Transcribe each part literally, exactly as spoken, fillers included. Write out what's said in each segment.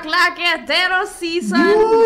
La Claquetero Season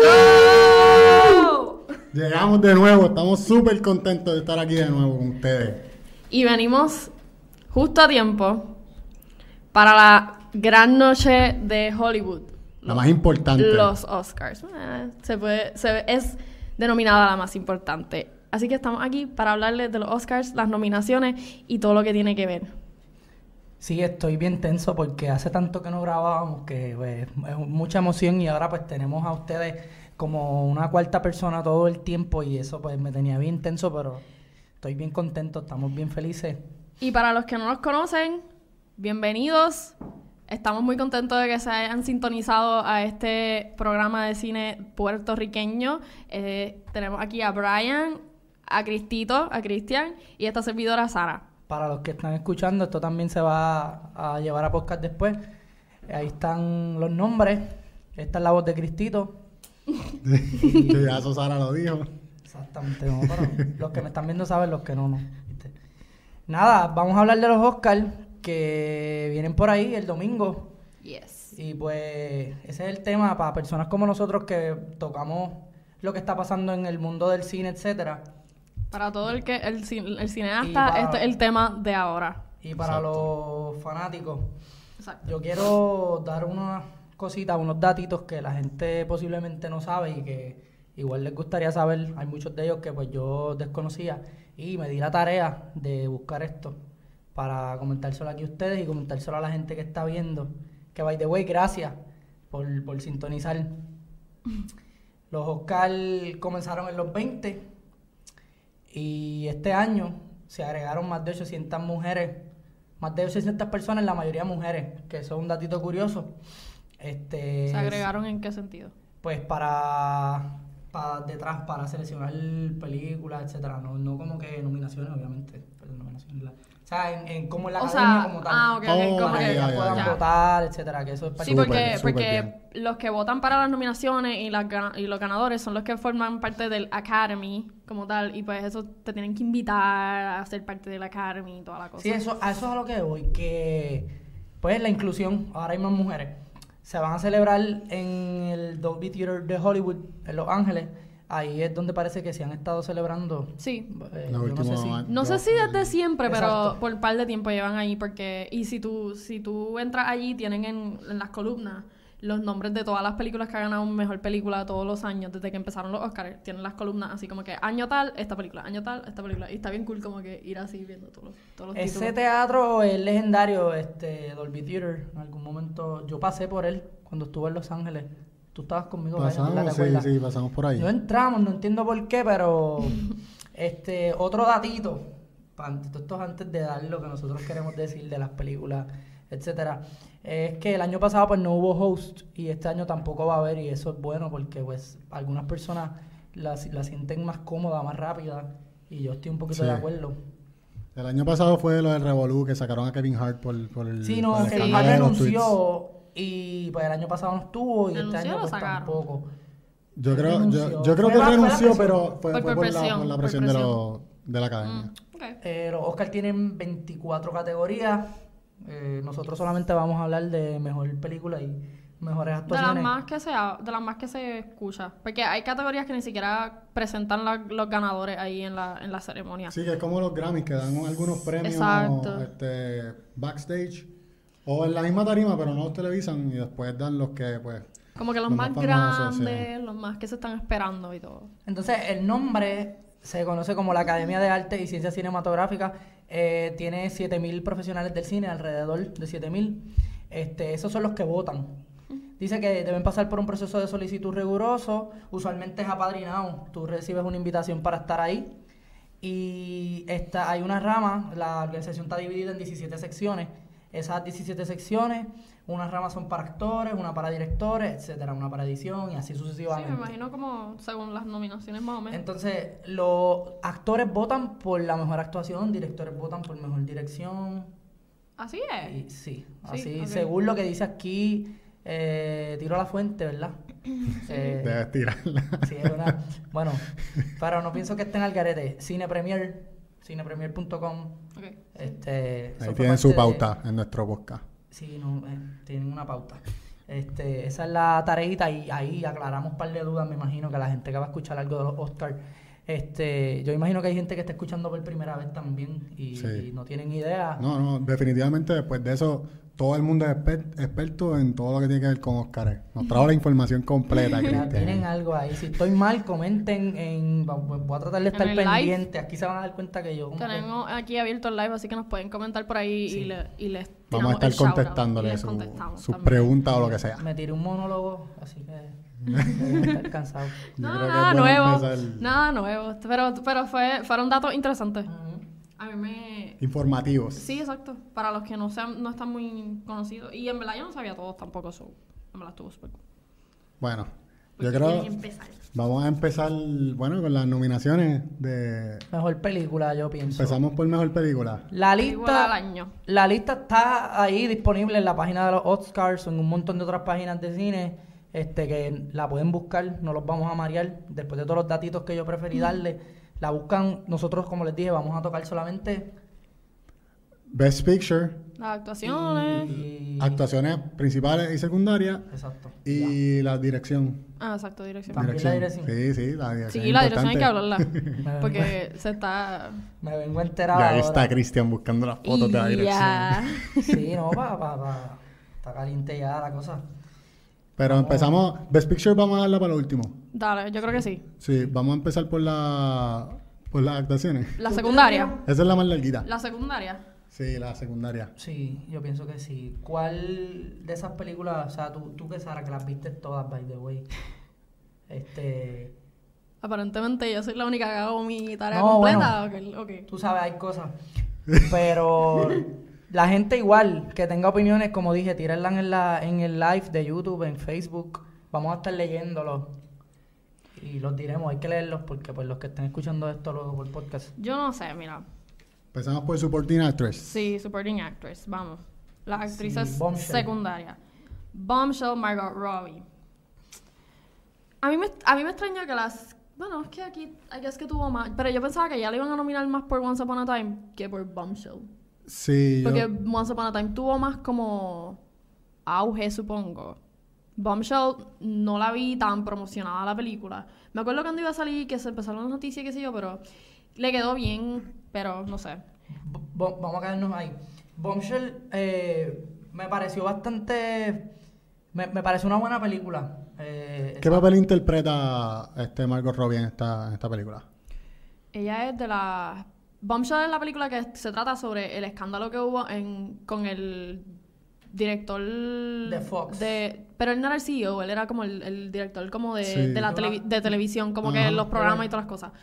dos. Llegamos de nuevo, estamos súper contentos de estar aquí de nuevo con ustedes. Y venimos justo a tiempo para la gran noche de Hollywood. La más importante. Los Oscars. Eh, se puede, se, es denominada la más importante. Así que estamos aquí para hablarles de los Oscars, las nominaciones y todo lo que tiene que ver. Sí, estoy bien tenso porque hace tanto que no grabábamos que pues, es mucha emoción y ahora pues tenemos a ustedes como una cuarta persona todo el tiempo y eso pues me tenía bien tenso, pero estoy bien contento, estamos bien felices. Y para los que no nos conocen, bienvenidos. Estamos muy contentos de que se hayan sintonizado a este programa de cine puertorriqueño. Eh, tenemos aquí a Brian, a Cristito, a Cristian y esta servidora Sara. Para los que están escuchando, esto también se va a llevar a podcast después. Ahí están los nombres. Esta es la voz de Cristito. Ya eso Sara lo dijo. Exactamente, no, pero los que me están viendo saben, los que no, no. ¿Viste? Nada, vamos a hablar de los Oscars que vienen por ahí el domingo. Yes. Y pues ese es el tema para personas como nosotros que tocamos lo que está pasando en el mundo del cine, etcétera. Para todo el que el, el cineasta, para, este es el tema de ahora. Y para Exacto. los fanáticos, Exacto. Yo quiero dar unas cositas, unos datitos que la gente posiblemente no sabe y que igual les gustaría saber. Hay muchos de ellos que pues yo desconocía y me di la tarea de buscar esto para comentárselo aquí a ustedes y comentárselo a la gente que está viendo. Que by the way, gracias por, por sintonizar. Los Oscars comenzaron en los veinte y este año se agregaron más de ochocientas mujeres, más de ochocientas personas, la mayoría mujeres, que eso es un datito curioso. Este, ¿Se agregaron en qué sentido? Pues para, para detrás, para seleccionar películas, etcétera, no, no como que nominaciones, obviamente, pero nominaciones, la, o sea, en, en como en la o academia sea, como tal. Ah, ok, ok, Oh, como Para que que ellas ya, puedan ya. votar, etcétera, que eso es para Sí, que- porque, Súper, súper porque bien. los que votan para las nominaciones y, las, gana- y los ganadores son los que forman parte del Academy como tal, y pues eso te tienen que invitar a ser parte del Academy y toda la cosa. Sí, eso, a eso es a lo que voy, que pues la inclusión, ahora hay más mujeres, se van a celebrar en el Dolby Theater de Hollywood, en Los Ángeles, ahí es donde parece que se han estado celebrando. Sí. eh, Los yo no sé últimos si... años. No sé si desde siempre, pero Exacto. por un par de tiempo llevan ahí porque... Y si tú, si tú entras allí, tienen en, en las columnas los nombres de todas las películas que han ganado mejor película todos los años desde que empezaron los Oscars. Tienen las columnas así como que año tal, esta película, año tal, esta película. Y está bien cool como que ir así viendo todos los, todos los Ese títulos. teatro es legendario, este Dolby Theater. En algún momento yo pasé por él cuando estuve en Los Ángeles. Tú estabas conmigo, Brian, ¿verdad? Pasamos, ¿Te sí, acuerdas? sí, pasamos por ahí. No entramos, no entiendo por qué, pero este otro datito, pa- esto es antes de dar lo que nosotros queremos decir de las películas, etcétera, es que el año pasado pues no hubo host y este año tampoco va a haber y eso es bueno porque pues algunas personas la, la sienten más cómoda, más rápida y yo estoy un poquito Sí. de acuerdo. El año pasado fue lo del Revolú, que sacaron a Kevin Hart por, por el... Sí, no, por el Kevin escándalo Hart de los tweets. renunció y pues el año pasado no estuvo y este ¿Renunció año o lo pues sacaron? tampoco. Yo Él creo, renunció. yo, yo creo Fue que la- fue la renunció, presión. pero fue, Por- fue por por, la, presión, por la por presión, de, presión. lo- de la academia. Mm, ok. Eh, los Oscars tienen veinticuatro categorías. Eh, nosotros solamente vamos a hablar de mejor película y mejores De las actuaciones. más que se ha- de las más que se escucha. Porque hay categorías que ni siquiera presentan la- los ganadores ahí en la, en la ceremonia. Sí, que es como los Grammys, que dan algunos premios Exacto. este, backstage o en la misma tarima, pero no los televisan y después dan los que, pues... Como que los, Los más, más famosos, grandes, los más que se están esperando y todo. Entonces, el nombre se conoce como la Academia de Arte y Ciencias Cinematográficas. Eh, tiene siete mil profesionales del cine, alrededor de siete mil. Este, esos son los que votan. Dice que deben pasar por un proceso de solicitud riguroso. Usualmente es apadrinado. Tú recibes una invitación para estar ahí. Y esta, hay una rama, la organización está dividida en diecisiete secciones. Esas diecisiete secciones, unas ramas son para actores, una para directores, etcétera, una para edición y así Sí, sucesivamente. me imagino como según las nominaciones más o menos. Entonces, los actores votan por la mejor actuación, directores votan por mejor dirección. Así es. Y sí, Sí, así, ok. según lo que dice aquí, eh, tiro a la fuente, ¿verdad? Eh, Debes tirarla. sí, es una, bueno, pero no pienso que estén al garete. Cine Premier, cinepremier punto com. Ok. Este, eso Ahí fue tienen parte su de- pauta en nuestro podcast. Sí, no, eh, tienen una pauta. Este, esa es la tareita y ahí aclaramos un par de dudas, me imagino que la gente que va a escuchar algo de los Oscars, este, yo imagino que hay gente que está escuchando por primera vez también y, Sí. y no tienen idea. No, no, definitivamente después de eso, todo el mundo es exper- experto en todo lo que tiene que ver con Oscars. Nos trajo la información completa, Ya Cristian. tienen algo ahí. Si estoy mal, comenten en... Voy a tratar de estar el live. pendiente. Aquí se van a dar cuenta que yo... como que- Tenemos aquí abierto el live, así que nos pueden comentar por ahí Sí. y, le, y les Vamos a tiramos estar el shout-out y contestándole les su- contestamos sus también. preguntas o lo que sea. Me tiré un monólogo, así que... deben estar cansado. No, Yo creo que nada es bueno nuevo, empezar nada nuevo. Pero, pero fue, fueron datos interesantes. Ujú. A mí me... informativos. Sí, exacto. Para los que no sean, no están muy conocidos. Y en verdad yo no sabía todos tampoco eso. En verdad estuvo súper cool. Bueno, Porque yo creo quieren empezar. vamos a empezar, bueno, con las nominaciones de... Mejor película, yo pienso. Empezamos por Mejor Película. La Película del lista... año. La lista está ahí disponible en la página de los Oscars o en un montón de otras páginas de cine este que la pueden buscar, no los vamos a marear. Después de todos los datitos que yo preferí darle, la buscan. Nosotros, como les dije, vamos a tocar solamente Best Picture, Las actuaciones. y... actuaciones principales y secundarias Exacto. y la dirección. Ah, exacto, dirección. También la dirección. Sí, sí, la dirección. Sí, es la dirección hay que importante. hablarla. Porque se está... Me vengo a enterar Y ahí ahora. está Cristian buscando las fotos de la Y dirección. ya. Sí, no, pa, pa, pa. Está caliente ya la cosa. Pero Vamos. empezamos, Best Picture vamos a darla para lo último. Dale, yo creo que sí. Sí, vamos a empezar por la por las actuaciones. La secundaria. Esa es la más larguita. La secundaria. Sí, la secundaria. Sí, yo pienso que sí. ¿Cuál de esas películas, o sea, tú, tú que Sara, que las viste todas, by the way, este... Aparentemente yo soy la única que hago mi tarea No, completa. Ok, ok. Tú sabes, hay cosas. Pero la gente igual, que tenga opiniones, como dije, tírenlas en, la, en el live de YouTube, en Facebook. Vamos a estar leyéndolos. Y los diremos, hay que leerlos porque pues los que estén escuchando esto luego por podcast. Yo no sé, mira. Empezamos por Supporting Actress. Sí, supporting actress, vamos. Las actrices Sí, Bombshell. secundarias. Bombshell, Margot Robbie. A mí me, a mí me extraña que las... Bueno, es que aquí, I guess que tuvo más... Pero yo pensaba que ya le iban a nominar más por Once Upon a Time que por Bombshell. Sí, yo- Porque Once Upon a Time tuvo más como auge, supongo. Bombshell no la vi tan promocionada la película. Me acuerdo cuando iba a salir que se empezaron las noticias y qué sé yo, pero le quedó bien, pero no sé. Bo- vamos a quedarnos ahí. Bombshell eh, me pareció bastante... Me, me pareció una buena película. Eh, ¿Qué esa- papel interpreta este Margot Robbie en esta, en esta película? Ella es de la... Bombshell es la película que se trata sobre el escándalo que hubo en, con el director... De Fox. de- pero él no era el C E O, él era como el, el director como de, Sí. de la televi- de televisión, como que Ajá. los programas y todas las cosas.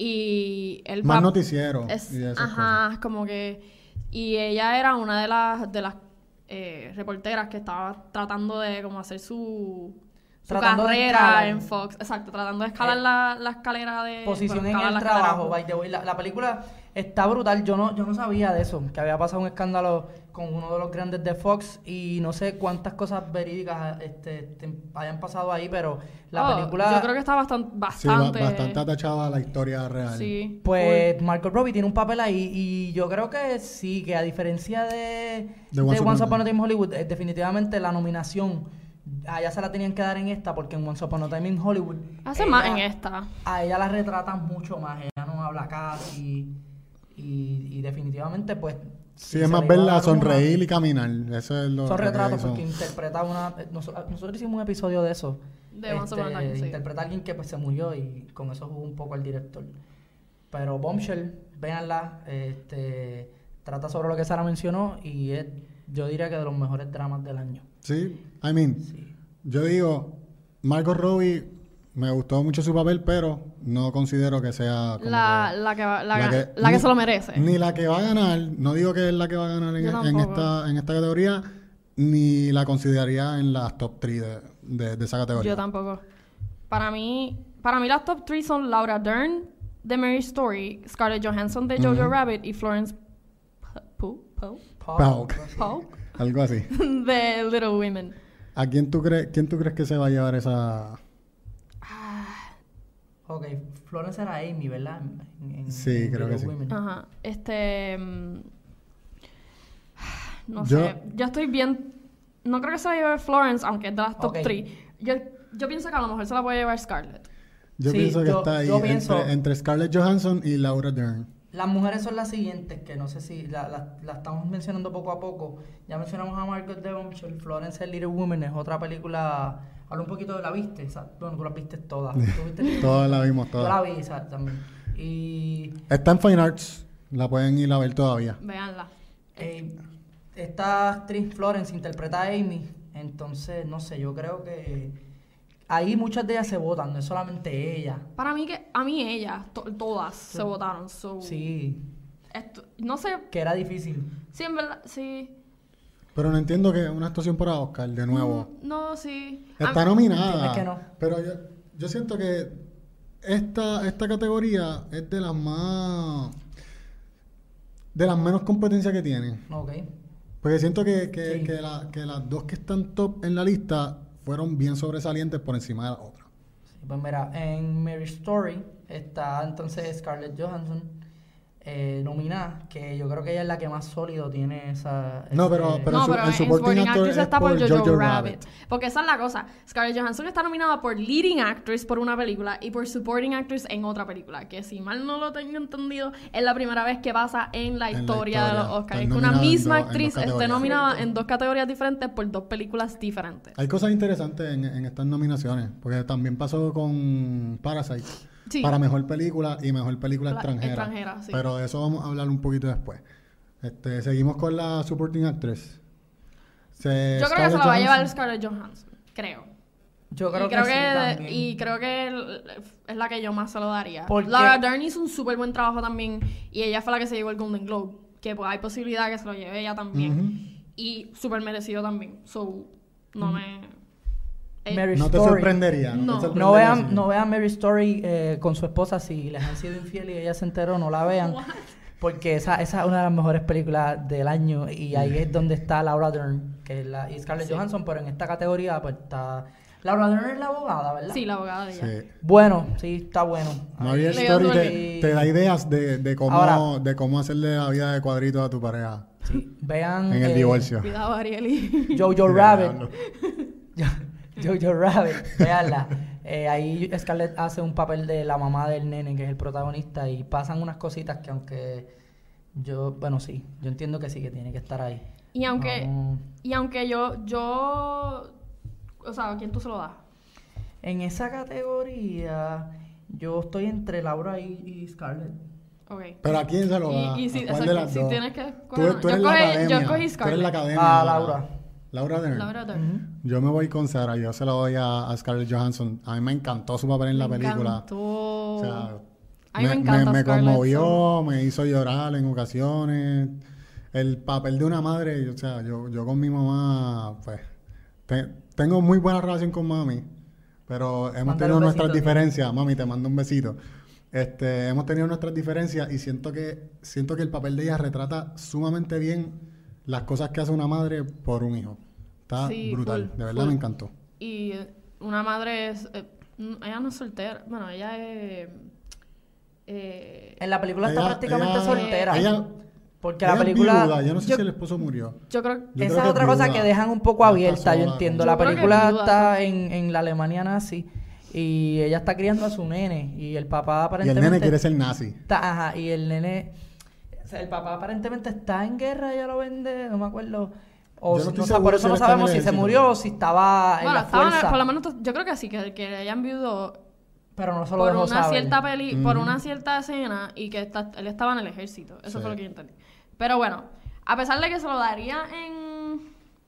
Y él Más va- noticiero es- y de esas ajá, como que... Y ella era una de las, de las eh, reporteras que estaba tratando de como hacer su... Su Tratando de carrera escalar. en Fox, exacto, tratando de escalar Eh, la, la escalera de... Posición bueno, en escalar el la escalera. trabajo, by the way. La, la película está brutal. Yo no, yo no sabía de eso, que había pasado un escándalo con uno de los grandes de Fox y no sé cuántas cosas verídicas este, este, hayan pasado ahí, pero la Oh, película... Yo creo que está bastante... Sí, ba- Bastante, bastante atachada a la historia real. Sí. Pues Margot Robbie tiene un papel ahí y yo creo que sí, que a diferencia de, De de Once Once, Upon a Upon a Time in Hollywood, eh, definitivamente la nominación a ella se la tenían que dar en esta porque en Once Upon a Time in Hollywood Hace ella- más en esta. a ella la retratan mucho más, ella no habla casi y, y definitivamente pues Sí, si es se más le iba a verla dar una- sonreír y caminar. Eso es lo son lo que retratos hizo. porque interpreta una eh, nos- nosotros hicimos un episodio de eso. De Once Upon a Time, sí. Interpreta a alguien que pues se murió y con eso jugó un poco al director. Pero Bombshell, véanla, este trata sobre lo que Sara mencionó y es, yo diría que de los mejores dramas del año. Sí, I mean, Sí. yo digo, Margot Robbie me gustó mucho su papel, pero no considero que sea como La, que- la que, va- la, la ga- que- la que ni- se lo merece. Ni la que va a ganar, no digo que es la que va a ganar en, Yo en tampoco. esta en esta categoría, ni la consideraría en las top tres de, de, de esa categoría. Yo tampoco. Para mí, para mí las top tres son Laura Dern de Mary Story, Scarlett Johansson de Jojo Ujú. Rabbit y Florence Pugh, Pugh, Pauk. Pugh Algo así. de Little Women. ¿A quién tú crees, quién tú crees que se va a llevar esa? Ok, Florence era Amy, ¿verdad? En- en- Sí, en creo que Little sí. Women. Ajá. Este. mm, No Yo- sé. Yo estoy bien. no creo que se la lleve Florence, aunque es de las top Ok. tres. Yo, yo pienso que a lo mejor se la puede llevar Scarlett. Yo Sí, pienso que yo- está ahí yo entre, pienso- entre Scarlett Johansson y Laura Dern. Las mujeres son las siguientes, que no sé si la, la, la estamos mencionando poco a poco. Ya mencionamos a Margot Devonshire, Florence and Little Women es otra película. Habla un poquito de la viste, o sea, bueno, tú las viste todas. ¿Tú viste? Todas la vimos, Yo la todas. vi, o sea, también. Y Está en Fine Arts. La pueden ir a ver todavía. Véanla. eh, esta actriz Florence interpreta a Amy, entonces, no sé, yo creo que ahí muchas de ellas se votan, no es solamente ella. Para mí, que a mí ellas, to- todas se votaron. So, Sí, esto, no sé, que era difícil. sí, en verdad, sí. Pero no entiendo que una actuación para Oscar, de nuevo. Mm, no, sí. Está A- nominada. ¿Entiendes que no? Pero yo, yo siento que esta, esta categoría es de las más... De las menos competencia que tienen. Ok. Porque siento que, que, Sí. que, la- que las dos que están top en la lista fueron bien sobresalientes por encima de las otras. Sí, pues mira, en Mary Story está entonces Scarlett Johansson eh, nominada, que yo creo que ella es la que más sólido tiene esa... No, ese- pero- pero- no, su- pero el en supporting Supporting actor Actress es está por por Jojo, Jojo Rabbit. Rabbit. Porque esa es la cosa. Scarlett Johansson está nominada por Leading Actress por una película y por Supporting Actress en otra película. Que si mal no lo tengo entendido, es la primera vez que pasa en la En la historia, de los historia. Oscars. Están Es que una nominadas en misma dos- en dos actriz esté categorías. nominada en dos categorías diferentes por dos películas diferentes. Hay cosas interesantes en, en estas nominaciones. Porque también pasó con Parasite. Sí. Para mejor película y mejor película La- extranjera. extranjera, sí. Pero de eso vamos a hablar un poquito después. Este, seguimos con la supporting actress. Se- Yo creo que Scarlett se la va a llevar Johansson. Scarlett Johansson. Creo. Yo creo y que, creo sí que, también. y creo que el- es la que yo más se lo daría. Porque- Laura Dern hizo un súper buen trabajo también y ella fue la que se llevó el Golden Globe, que pues hay posibilidad que se lo lleve ella también. Ujú. Y súper merecido también. So, no me... eh, Mary No te Story. sorprendería. No, No. te sorprendería No vean, si- no vean Mary Story eh, con su esposa si les han sido infiel y ella se enteró, no la vean. What? Porque esa, esa es una de las mejores películas del año y ahí es donde está Laura Dern, que es la, y Scarlett Sí. Johansson, pero en esta categoría pues está... Laura Dern es la abogada, ¿verdad? Sí, la abogada de ella. Sí. Bueno, sí, está bueno. Marriage Le Story dio te, duele. te da ideas de, de cómo Ahora- de cómo hacerle la vida de cuadrito a tu pareja Sí, vean... en el eh, divorcio. Cuidado, Arieli. Jojo Sí, Rabbit. diablo. Jojo Rabbit, veanla. Eh, ahí Scarlett hace un papel de la mamá del nene, que es el protagonista, y pasan unas cositas que aunque yo, bueno, sí, yo entiendo que sí, que tiene que estar ahí. Y aunque, Vamos. y aunque yo, yo... O sea, ¿a quién tú se lo das? En esa categoría, yo estoy entre Laura y, y Scarlett. Ok. Pero ¿a quién se lo Y- da? y si- ¿A cuál exacto, de las si dos? tienes que Tú, escoger- tú yo eres la escogí- yo academia. escogí Tú eres Scarlett. la academia. Ah, ahora. Laura. Laura Dern. Laura Dern. Ujú. Yo me voy con Sarah. Yo se lo doy a, a Scarlett Johansson. A mí me encantó su papel en la Me película. encantó. O sea, A mí me encanta me Scarlett, conmovió, so- me hizo llorar en ocasiones. El papel de una madre, o sea, yo, yo con mi mamá, pues, te- tengo muy buena relación con mami, pero hemos Mándale tenido un nuestras besito, diferencias. Mami, te mando un besito. Este, hemos tenido nuestras diferencias y siento que siento que el papel de ella retrata sumamente bien las cosas que hace una madre por un hijo. Está Sí, brutal, full, de verdad full. me encantó. Y eh, una madre es... eh, mm, ella no es soltera. Bueno, ella es... eh, En la película está Ella- prácticamente ella- soltera. ella- porque ella la es película... viuda, yo no sé yo- si el esposo murió. yo creo... Yo Esa creo es que otra es cosa viuda. que dejan un poco Ella abierta, está yo sola. entiendo. Yo La creo que es película viuda, está en, en la Alemania nazi y ella está criando a su nene y el papá Y el aparentemente... nene quiere ser nazi. está- ajá, y el nene... O sea, el papá aparentemente está en guerra, ella lo vende, no me acuerdo. O Yo no si- estoy no sé, seguro por eso si no él está en sabemos el si se ejército. murió o si estaba en Bueno, la estaban- fuerza. por lo menos yo creo que sí, que, que hayan viudo Pero no se lo por dejó una saber. cierta peli, por Ujú. una cierta escena y que está- él estaba en el ejército. Eso Sí. fue lo que yo entendí. Pero bueno, a pesar de que se lo daría en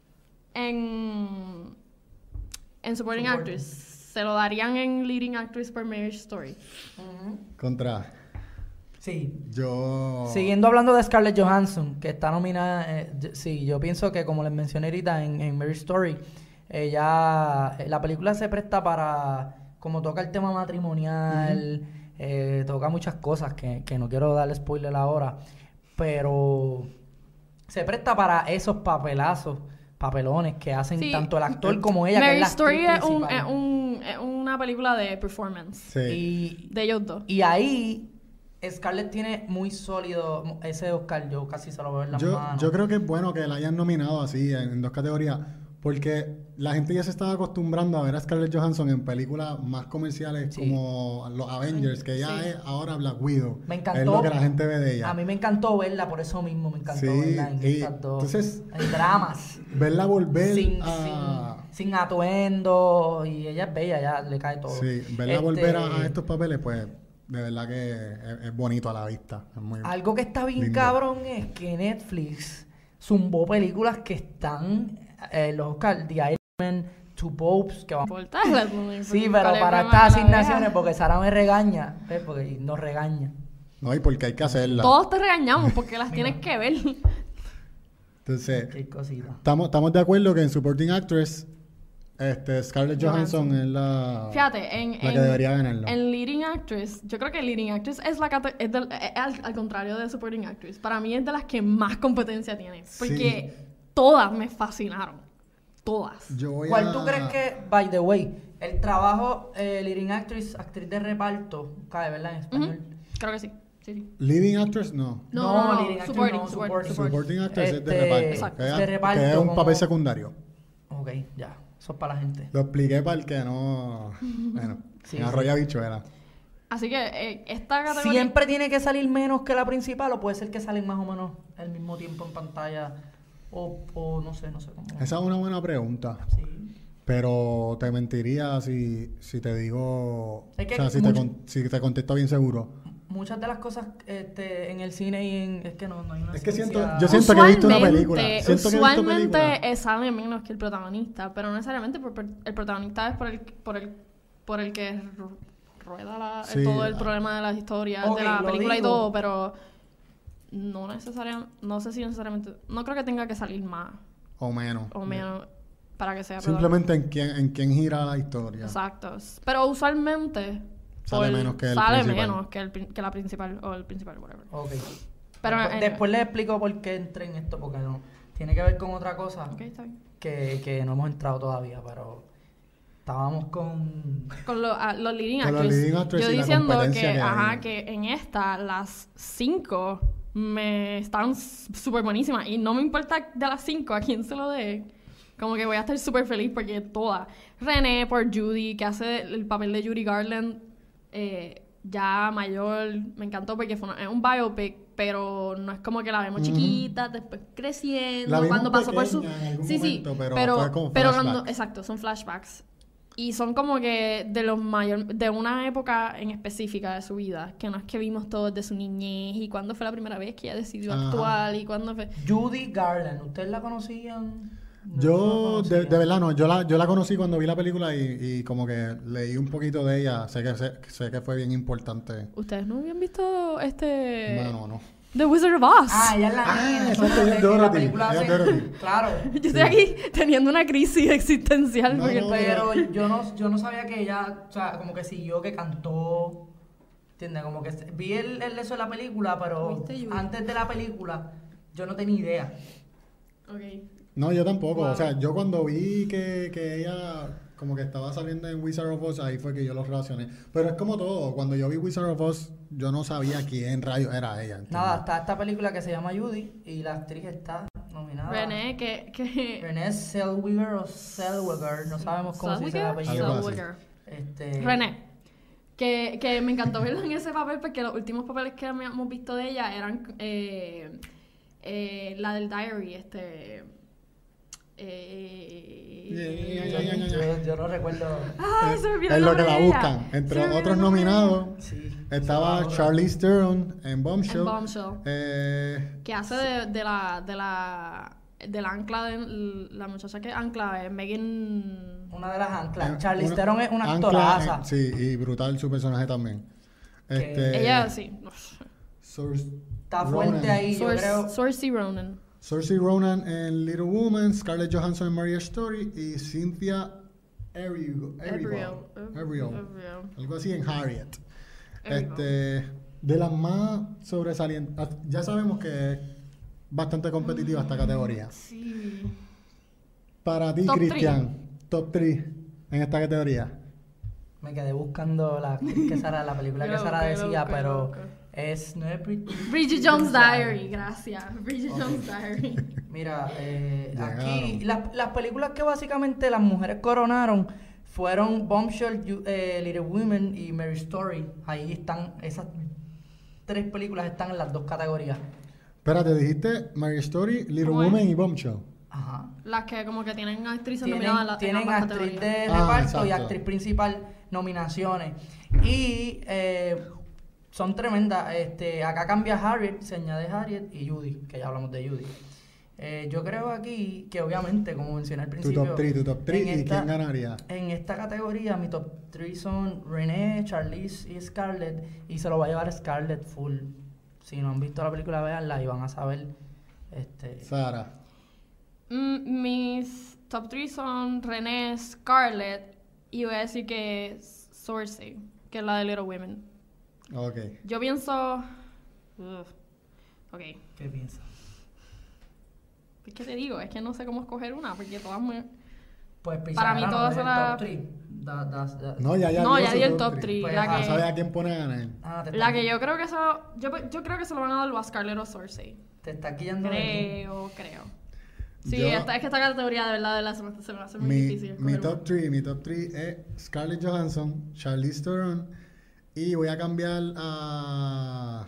en en supporting Supporting. actress, se lo darían en leading actress por Marriage Story. Ujú. Contra. Sí. Yo. Siguiendo hablando de Scarlett Johansson, que está nominada, eh, yo- sí, yo pienso que como les mencioné ahorita en, en Mary Story, ella, eh, la película se presta para, como toca el tema matrimonial, eh, toca muchas cosas que, que no quiero darle spoiler ahora, pero se presta para esos papelazos, papelones que hacen Sí. tanto el actor como ella, que es Marriage la Story actriz es, un, principal. es, un, es una película de performance Sí. Y de ellos dos. Y ahí Scarlett tiene muy sólido ese Oscar, yo casi se lo veo en las Yo, manos. yo creo que es bueno que la hayan nominado así en, en dos categorías, Porque la gente ya se estaba acostumbrando a ver a Scarlett Johansson en películas más comerciales Sí. como los Avengers, que ya Sí. es ahora Black Widow. Me encantó. Es lo que la gente ve de ella. A mí me encantó verla, por eso mismo me encantó Sí, verla en y estas dos. entonces- en dramas. Verla volver Sin, a... sin, sin atuendo. Y ella es bella, ya le cae todo. Sí, verla Este, volver a, a estos papeles, pues, de verdad que es, es bonito a la vista. Es muy... Algo que está bien lindo. cabrón es que Netflix zumbó películas que están eh, los Oscar, The Irishman, Two Popes, que van. importa. la- no Sí, importa, pero le para problema estas que la vea. asignaciones, porque Sara me regaña, ¿ves? Porque nos regaña. No, y porque hay que hacerla. Todos te regañamos porque las tienes que ver. Entonces, Qué cosita. estamos, estamos de acuerdo que en Supporting Actress, este, Scarlett Johansson, Johansson. es la, Fíjate, en, la que en- debería ganarlo. en Leading Actress, yo creo que Leading Actress es la cate- es del- es al, al contrario de Supporting Actress. Para mí es de las que más competencia tiene. Porque todas me fascinaron. Todas. Yo voy ¿Cuál a... tú crees que, by the way, el trabajo eh, leading actress, actriz de reparto, cae, ¿verdad? En español. Ujú, creo que sí. Sí, sí. Leading Actress, no. No, no, no, leading actress supporting, no, supporting, supporting. Supporting Actress es de Este, reparto. Exacto. que es- de reparto, que es un como- papel secundario. Ok, ya. Eso es para la gente. Lo expliqué para el que no... Bueno, Sí, en sí. Arroyo Habichuela. Así que eh, esta categoría... ¿Siempre tiene que salir menos que la principal o puede ser que salen más o menos al mismo tiempo en pantalla? O, o no sé, no sé cómo. Esa es una buena pregunta. Sí. Pero te mentiría si, si te digo... Es que o sea, si te, mucho- con- si te contesto bien seguro. Muchas de las cosas este, en el cine y en... Es que no, no hay una Es que siento- ciencia- yo siento que he visto una película. Usualmente- Siento que he visto Usualmente película. eh, sale menos que el protagonista, pero no necesariamente por, por- el protagonista es por el, por el, por el que ru- rueda la- Sí. todo el problema de las historias, Ok, de la lo película y digo. todo, pero no necesariamente, no sé si necesariamente, no creo que tenga que salir más O menos. o menos para que sea Simplemente en quién, en quién gira la historia. Exacto. Pero usualmente Sale por- menos que el sale principal. menos que, el, prin- que la principal o el principal, whatever. Ok. Pero, después, eh, después les explico por qué entré en esto, porque no. Tiene que ver con otra cosa Ok, está bien. que, que no hemos entrado todavía, pero estábamos con... Con lo- a- los leading Con los actors. leading actors yo y la diciendo que, competencia que ajá, hay. que en esta, las cinco me están s- súper buenísimas. Y no me importa de las cinco a quién se lo dé. Como que voy a estar súper feliz porque todas. René por Judy, que hace el papel de Judy Garland, eh, ya mayor. Me encantó porque fue una- es un biopic, pero no es como que la vemos Ujú. chiquita, después creciendo, La vimos cuando pasó por su... pequeña en algún Sí, sí, momento, pero pero, fue como pero flashback. cuando- exacto, son flashbacks. Y son como que de los mayor, de una época en específica de su vida, que no es que vimos todo de su niñez y cuándo fue la primera vez que ella decidió Ajá. actuar y cuándo fue... Judy Garland. ¿Ustedes la conocían? No, Yo, no la de, conocía. de verdad, no. Yo la, yo la conocí cuando vi la película y, y como que leí un poquito de ella. Sé que, sé, sé que fue bien importante. ¿Ustedes no habían visto este... No, no, no. The Wizard of Oz? Ah, ella es la Ah, nena, exacto, esa ella es que la Dorothy, película ella es hace- Dorothy. Claro. Yo estoy aquí teniendo una crisis existencial No, porque... no, Pero yo no, yo no sabía que ella, o sea, como que siguió, que cantó, ¿entiendes? Como que se- vi el, el eso de la película, pero ¿Viste, Judy? antes de la película yo no tenía idea. Ok. No, yo tampoco. Wow. O sea, yo cuando vi que, que ella como que estaba saliendo en Wizard of Oz, ahí fue que yo lo relacioné. Pero es como todo. Cuando yo vi Wizard of Oz, yo no sabía quién rayos era ella. ¿entiendes? Nada, está esta película que se llama Judy y la actriz está nominada. René, que... que... René Zellweger o Zellweger, no sabemos cómo se dice el Zellweger? apellido. Algo así. Zellweger. Este, René. Que, que me encantó verla en ese papel porque los últimos papeles que hemos visto de ella eran eh, eh, la del Diary, este... Eh, Yeah, yeah, Yo, yeah, yeah, yeah. yo- yo no recuerdo. Ay, se me olvidó Es el lo que nombre la de ella. buscan. Entre Se me olvidó otros el nombre de ella. nominados Sí. estaba Sí, Charlize Theron en Bombshell. En Bombshell. Eh, Que hace de, de la... De la del ancla de la muchacha que ancla es Megan... Una de las anclas. eh, Charlize una- Theron es una ancla, actoraza. eh, sí, y brutal su personaje también. Que- Este, Ella, sí. Saoirse Está fuerte Ronan. ahí, yo creo. Saoirse Ronan. Saoirse Ronan en Little Woman, Scarlett Johansson en Marriage Story y Cynthia Erivo, Erivo. Erivo, Erivo. algo así en Harriet. Erivo. Este, de las más sobresalientes, ya sabemos que es bastante competitiva esta categoría. Sí. Para ti, Top Cristian, top tres en esta categoría. Me quedé buscando la actriz que Sara, la película Yo que la Sara busqué, yo la decía, busqué, yo la pero busqué. Es, no es Brid- Bridget Jones' Diary, gracias. Bridget Jones' Diary. Mira, eh, Llegaron. aquí las, las películas que básicamente las mujeres coronaron fueron Bombshell, You- eh, Little Women y Mary Story. Ahí están, esas tres películas están en las dos categorías. Espérate, dijiste Mary Story, Little ¿Cómo es? Woman y Bombshell. Ajá. Las que como que tienen actrices Tienen, nominadas en, la, en tienen ambas actriz categorías. de Ah, reparto y exacto. actriz principal nominaciones. Y eh, son tremendas. Este, acá cambia Harriet, se añade Harriet y Judy, que ya hablamos de Judy. Eh, yo creo aquí que obviamente, como mencioné al Tu principio... top tres, tu top tres, en ¿y esta- quién ganaría? En esta categoría mi top tres son Renee, Charlize y Scarlett. Y se lo va a llevar Scarlett full. Si no han visto la película, véanla y van a saber... Este, Sara. Mm, mis top tres son René, Scarlett y voy a decir que Cersei, que es la de Little Women. Ok. Yo pienso... Ugh. Ok. ¿Qué piensas? ¿Qué te digo? Es que no sé cómo escoger una, porque todas me... Pues Para mí Pizarra, todas ¿no? son Es el las- top tres. Da- da- da- No, ya, ya No, dio ya su di el top tres. Pues, La ajá, No sabe a que, quién pone a ganar. Ah, te la está- que yo creo que se yo, yo creo que se lo van a dar a Scarlett o Cersei. Te está quillando de mí. Creo, creo. Sí, Yo- esta, es que esta categoría de verdad de la se me, se me hace muy Mi, difícil. mi escoger top una. tres, mi top tres es Scarlett Johansson, Charlize Theron y voy a cambiar a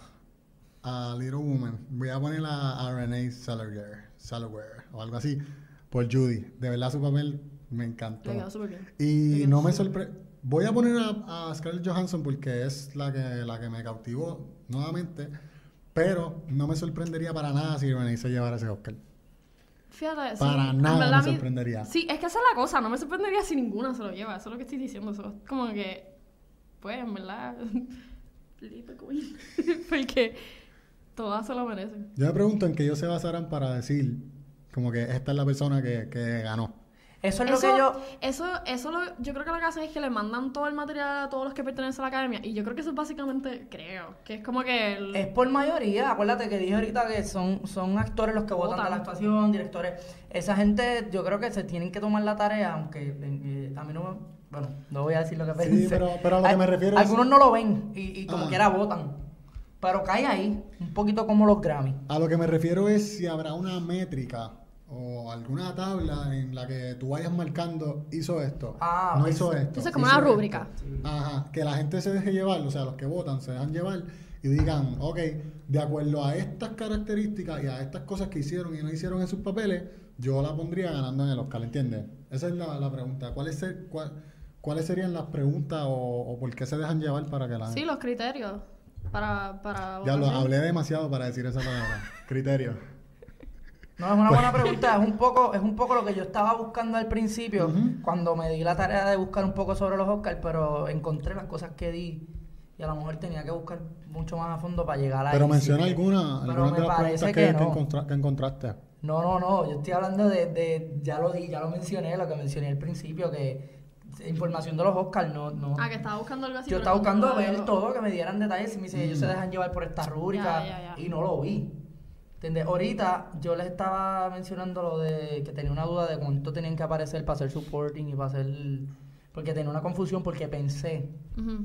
a Little Woman. Voy a poner a, a Renee Zellweger, Zellweger o algo así por Judy. De verdad su papel me encantó. Le quedó súper bien. Y Le quedó no me súper sorprende. Voy a poner a, a Scarlett Johansson porque es la que, la que me cautivó nuevamente. Pero no me sorprendería para nada si Renee se llevara ese Oscar. Fíjate, Para sí, en nada verdad me a mí- sorprendería. Sí, es que esa es la cosa, no me sorprendería si ninguna se lo lleva, eso es lo que estoy diciendo, eso es como que, pues, en verdad, Little Queen, porque todas se lo merecen. Yo me pregunto en qué ellos se basarán para decir como que esta es la persona que, que ganó. Eso es lo Eso, que yo... eso, eso lo, yo creo que lo que hacen es que le mandan todo el material a todos los que pertenecen a la academia, y yo creo que eso es básicamente, creo, que es como que... el- Es por mayoría, acuérdate que dije ahorita que son, son actores los que votan de la Votan. actuación, directores. Esa gente, yo creo que se tienen que tomar la tarea, aunque eh, a mí no me... Bueno, no voy a decir lo que Sí, pensé. pero- pero a lo que Al- me refiero es- Algunos no lo ven y, y como Ah. quiera votan. Pero cae ahí, un poquito como los Grammy. A lo que me refiero es si habrá una métrica o alguna tabla en la que tú vayas marcando, hizo esto, Ah, no pues, hizo esto. Entonces, como hizo una esto. rúbrica. Ajá, que la gente se deje llevar, o sea, los que votan se dejan llevar y digan, ok, de acuerdo a estas características y a estas cosas que hicieron y no hicieron en sus papeles, yo la pondría ganando en el Oscar, ¿entiendes? Esa es la, la pregunta. ¿Cuáles, ser- cuál- ¿Cuáles serían las preguntas o, o por qué se dejan llevar para que la... Sí, los criterios para... para Ya lo votación. hablé demasiado para decir esa palabra. Criterio. No, es una Pues buena pregunta. Es un poco, es un poco lo que yo estaba buscando al principio, Ujú. cuando me di la tarea de buscar un poco sobre los Oscars, pero encontré las cosas que di y a lo mejor tenía que buscar mucho más a fondo para llegar a Pero ahí. menciona Sí que- alguna, pero algunas me de las parece preguntas que, que que no. encontra- que encontraste. No, no, no. Yo estoy hablando de, de, ya lo di, ya lo mencioné, lo que mencioné al principio, que información de los Oscars no, no. Ah, que estaba buscando algo así. Yo pero estaba no- buscando no- ver no- todo, que me dieran detalles y me dice, ellos se dejan llevar por esta rúbrica Ya, ya, ya. y no lo vi. ¿Entiendes? Ahorita yo les estaba mencionando lo de que tenía una duda de cuánto tenían que aparecer para hacer supporting y para hacer... Porque tenía una confusión porque pensé Ujú.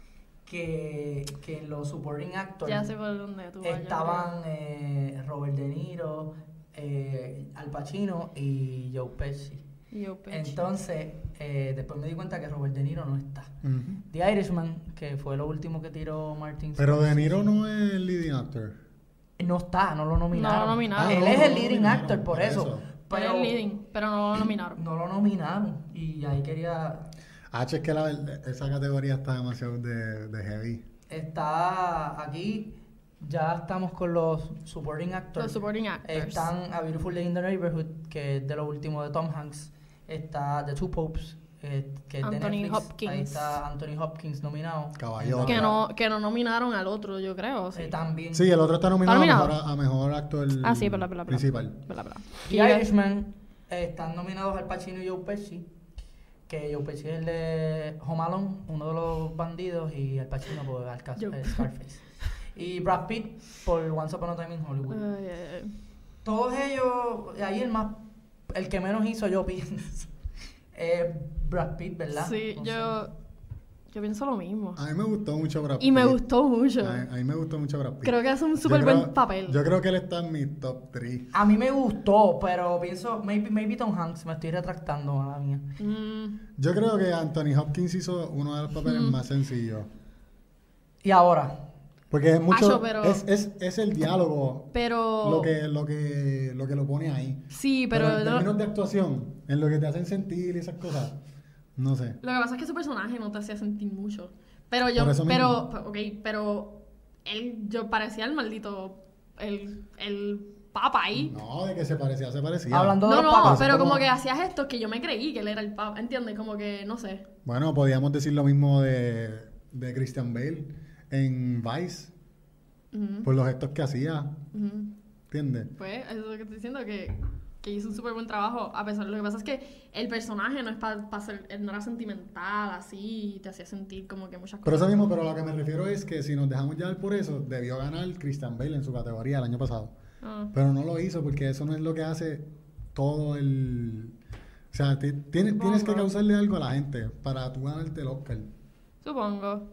que, que en los supporting actors Ya sé por dónde tú vas. ya estaban eh, Robert De Niro, eh, Al Pacino y Joe Pesci. creo. Y yo, Pesci. Entonces, eh, después me di cuenta que Robert De Niro no está. Ujú. The Irishman, que fue lo último que tiró Martin Pero De Scorsese, Niro no es el leading actor. no está, no lo nominaron. No lo nominaron. Ah, Él no, es no el lo leading nominaron, actor, por por eso. eso. Pero Pero el leading, pero no lo nominaron. no lo nominaron. Y ahí quería... H es que la, esa categoría está demasiado de, de heavy. Está aquí, ya estamos con los supporting actors. Los supporting actors. Están A Beautiful Day in the Neighborhood, que es de lo último de Tom Hanks. Está The Two Popes, eh, que es de Anthony Netflix. Hopkins. Ahí está Anthony Hopkins nominado. Caballote. Que no, que no nominaron al otro, yo creo. Sí. Eh, también. Sí, el otro está nominado, ¿Está a nominado? mejor, a mejor actor Ah, sí, verdad, verdad, verdad. principal. Verdad, verdad. The Y- Irishman eh, están nominados Al Pacino y Joe Pesci. Que Joe Pesci es el de Home Alone, uno de los bandidos, y Al Pacino por Alca- Joe. eh, Scarface. Y Brad Pitt por Once Upon a Time in Hollywood. Ay, ay, ay. Todos ellos, ahí el más, el que menos hizo yo pienso, es Brad Pitt, ¿verdad? Sí, No yo, sé. Yo pienso lo mismo. A mí me gustó mucho Brad Pitt. Y me gustó mucho. A mí, a mí me gustó mucho Brad Pitt. Creo que hace un Yo súper creo- buen papel. Yo creo que él está en mi top tres. A mí me gustó, pero pienso, maybe, maybe Tom Hanks, me estoy retractando, mala mía. Mm, Yo creo que Anthony Hopkins hizo uno de los papeles Mm. más sencillos. Y ahora, Porque es mucho... Acho, pero- es, es, es el diálogo pero... lo que, lo, que, lo que lo pone ahí. Sí, pero... Pero en no- términos de actuación, en lo que te hacen sentir y esas cosas, no sé. Lo que pasa es que su personaje no te hacía sentir mucho. Pero yo, Por eso pero, mismo. ok, pero él, yo parecía el maldito, el, el papa ahí. No, de que se parecía, se parecía. hablando de No, los no, papas, pero como como- que hacía gestos que yo me creí que él era el papa, ¿entiendes? Como que, no sé. Bueno, podíamos decir lo mismo de, de Christian Bale en Vice, Ujú, por los gestos que hacía, ujú. ¿entiendes? Pues, eso es lo que estoy diciendo, que, que hizo un súper buen trabajo, a pesar, lo que pasa es que el personaje no es para ser, él no era sentimental, así, y te hacía sentir como que muchas Por cosas. eso mismo, pero lo que me refiero es que si nos dejamos llevar por eso, debió ganar Christian Bale en su categoría el año pasado. Ah. Pero no lo hizo porque eso no es lo que hace todo el... O sea, ti- tienes, tienes que Supongo. causarle algo a la gente para tú ganarte el Oscar. Supongo.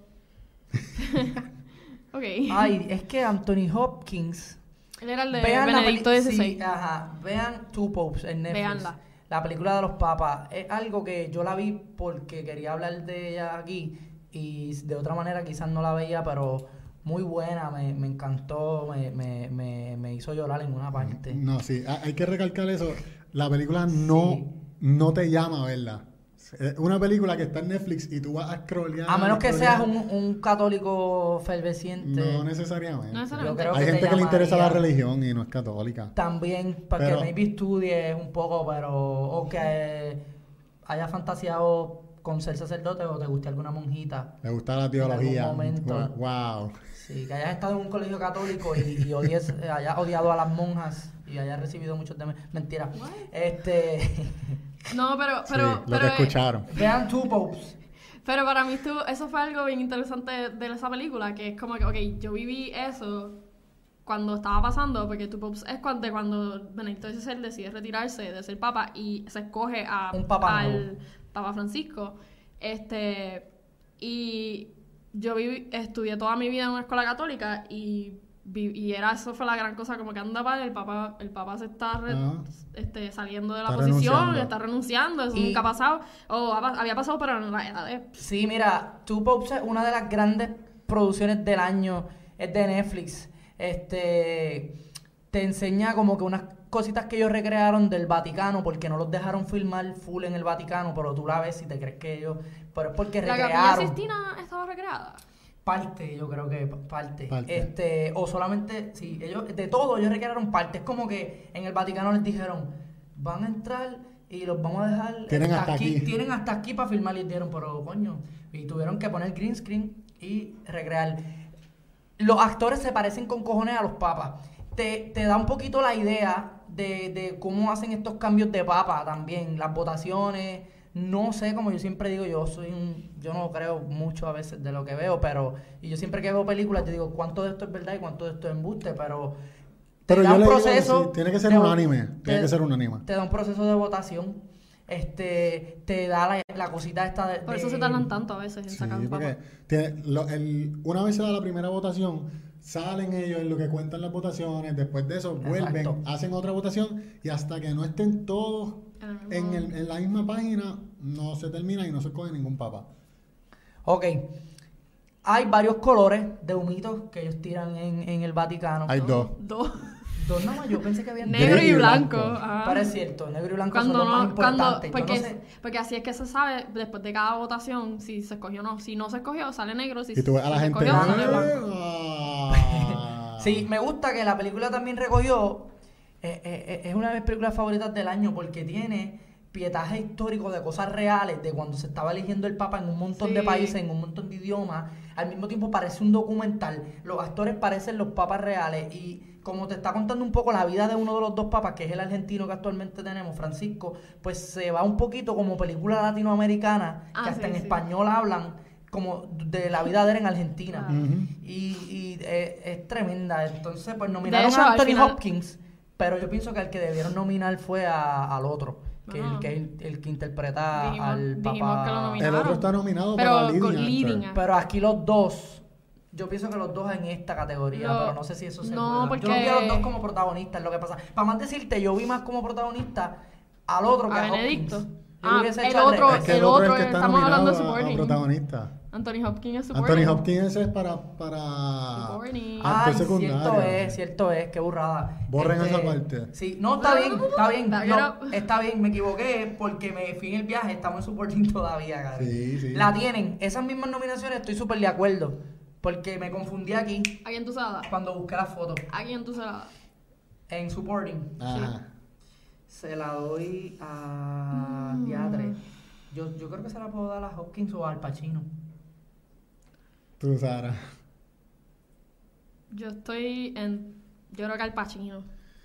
Ok. ay, es que Anthony Hopkins... Él era el de Vean la Benedicto peli- dieciséis. sí, ajá, vean Two Popes en Netflix. Véanla. La película de los papas. Es algo que yo la vi porque quería hablar de ella aquí y de otra manera quizás no la veía, pero muy buena, me, me encantó, me, me, me, me hizo llorar en una parte. No, sí, ha- hay que recalcar eso. La película no, Sí. no te llama a verla. Es una película que está en Netflix y tú vas a scrollear. A menos que scrollear. seas un, un católico ferveciente. No necesariamente. No Yo necesariamente. creo Hay que te gente que le interesa la llamaría. religión y no es católica. También, para Pero- que maybe estudies un poco, pero. O que hayas fantaseado con ser sacerdote o te guste alguna monjita. Le gusta la teología. algún momento. Wow. Sí, que hayas estado en un colegio católico y, y odies, eh, hayas odiado a las monjas y hayas recibido muchos de... Mentira. Este... No, pero, Sí, pero, lo pero, que eh, escucharon. Vean Two Popes. pero para mí estuvo- eso fue algo bien interesante de esa película, que es como que, ok, yo viví eso cuando estaba pasando, porque tu Pops es cuando, cuando Benedicto dieciséis decide retirarse de ser papa y se escoge a, Un papa al nuevo. Papa Francisco. Este, y yo viví, estudié toda mi vida en una escuela católica y, vi- y era eso fue la gran cosa, como que anda para el papa, el papa se está re- Ajá. este, saliendo de la Está posición, renunciando. está renunciando, eso Y- nunca ha pasado, o ha pa- había pasado pero en la edad de... Sí, mira, Two Popes es una de las grandes producciones del año, es de Netflix. Este te enseña como que unas cositas que ellos recrearon del Vaticano, porque no los dejaron filmar full en el Vaticano, pero tú la ves y te crees que ellos, pero es porque La Capilla recrearon Sistina estaba recreada. parte, yo creo que pa- parte. Parte. Este, o solamente, sí, ellos, de todo ellos recrearon parte. Es como que en el Vaticano les dijeron, van a entrar y los vamos a dejar Tienen hasta aquí. tienen hasta aquí para filmar y dijeron, pero coño, y tuvieron que poner green screen y recrear. Los actores se parecen con cojones a los papas. Te, te da un poquito la idea de, de cómo hacen estos cambios de papa también, las votaciones. No sé, como yo siempre digo, yo soy un, yo no creo mucho a veces de lo que veo, pero y yo siempre que veo películas te digo cuánto de esto es verdad y cuánto de esto es embuste, pero te Pero da yo un le digo, proceso, sí, tiene que ser de- unánime, te- tiene que ser unánime. Te da un proceso de votación, este, te da la, la cosita esta de, Por eso de- se tardan tanto a veces en Sí, sacar un porque papa. tiene- lo- el- una vez se da la primera votación, salen ellos en lo que cuentan las votaciones, después de eso vuelven, Exacto. hacen otra votación y hasta que no estén todos En el mismo- en, el- en la misma página, no se termina y no se escoge ningún papa. Ok. Hay varios colores de humitos que ellos tiran en, en el Vaticano. Hay dos. Dos. Dos nomás, yo pensé que habían Negro Gris y y blanco. blanco. ajá. Pero es cierto, negro y blanco Cuando son los más no, cuando, importantes. Yo porque, no sé- porque así es que se sabe después de cada votación si se escogió o no. Si no se escogió, sale negro. Si, Y tú ves a si la se gente. escogió, sale blanco. "Ah". Sí, me gusta que la película también recogió. eh, eh, eh, es una de mis películas favoritas del año porque tiene pietaje histórico de cosas reales, de cuando se estaba eligiendo el Papa en un montón de Sí. países, en un montón de idiomas. Al mismo tiempo parece un documental. Los actores parecen los papas reales y como te está contando un poco la vida de uno de los dos papas, que es el argentino que actualmente tenemos, Francisco, pues se va un poquito como película latinoamericana, Ah, que hasta sí, en sí. español hablan como de la vida de él en Argentina. Claro. Ujú. Y, y eh, es tremenda. Entonces, pues nominaron hecho, a al Anthony final- Hopkins, pero yo pienso que el que debieron nominar fue a- al otro, que, Bueno. el, que el, el que interpreta Dijimos- al papá. dijimos que lo El nominaron. otro está nominado Pero para leading con actor. leading actor. Pero aquí los dos, yo pienso que los dos en esta categoría, Lo- pero no sé si eso se no, puede. Yo porque- no vi a los dos como protagonistas, lo que pasa. Para más decirte, yo vi más como protagonista al otro que A a, Benedicto. Hopkins. Yo Ah, le hubiese el hecho al otro- revés. Es que el el otro es el otro que es- está estamos hablando nominado de a- a, supporting. protagonista. Anthony Hopkins es supporting. Anthony Hopkins ese es para, para Supporting. actor Ay, secundario. cierto es, cierto es, qué burrada. Borren esa parte. Sí, no, está bien, está bien, Back it no, up. está bien, me equivoqué porque me fui en el viaje, estamos en supporting todavía, Gary. Sí, sí. La tienen, esas mismas nominaciones estoy súper de acuerdo, porque me confundí aquí ¿A quién tú se la das? cuando busqué la foto. ¿A quién tú se la das? En supporting, Ajá. se la doy a Mm. Diatre. Yo, yo creo que se la puedo dar a Hopkins o al Pacino. Tú, Sara. Yo estoy en... Yo creo que al Pacino.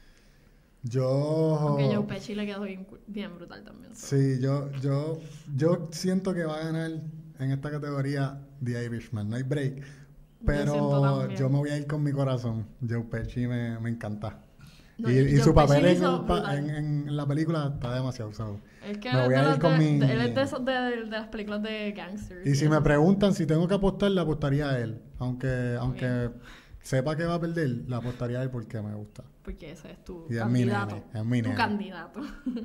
Yo. Aunque Joe Pesci le quedó bien, bien brutal también. Sí, yo, yo, yo siento que va a ganar en esta categoría The Irishman. No hay break. siento Pero también. yo me voy a ir con mi corazón. Joe Pesci me, me encanta. No, y y Joe su Pesci papel lo en, hizo el pa- brutal. en, en la película está demasiado usado. Es que Me él voy es a de, ir los con de, mi- de- él es de, esos de, de las películas de gangsters. Y si me eso. preguntan si tengo que apostar, le apostaría a él. Aunque, aunque sepa que va a perder, le apostaría a él porque me gusta. Porque ese es tu Y es mi candidato. nene, es mi tu nene. candidato.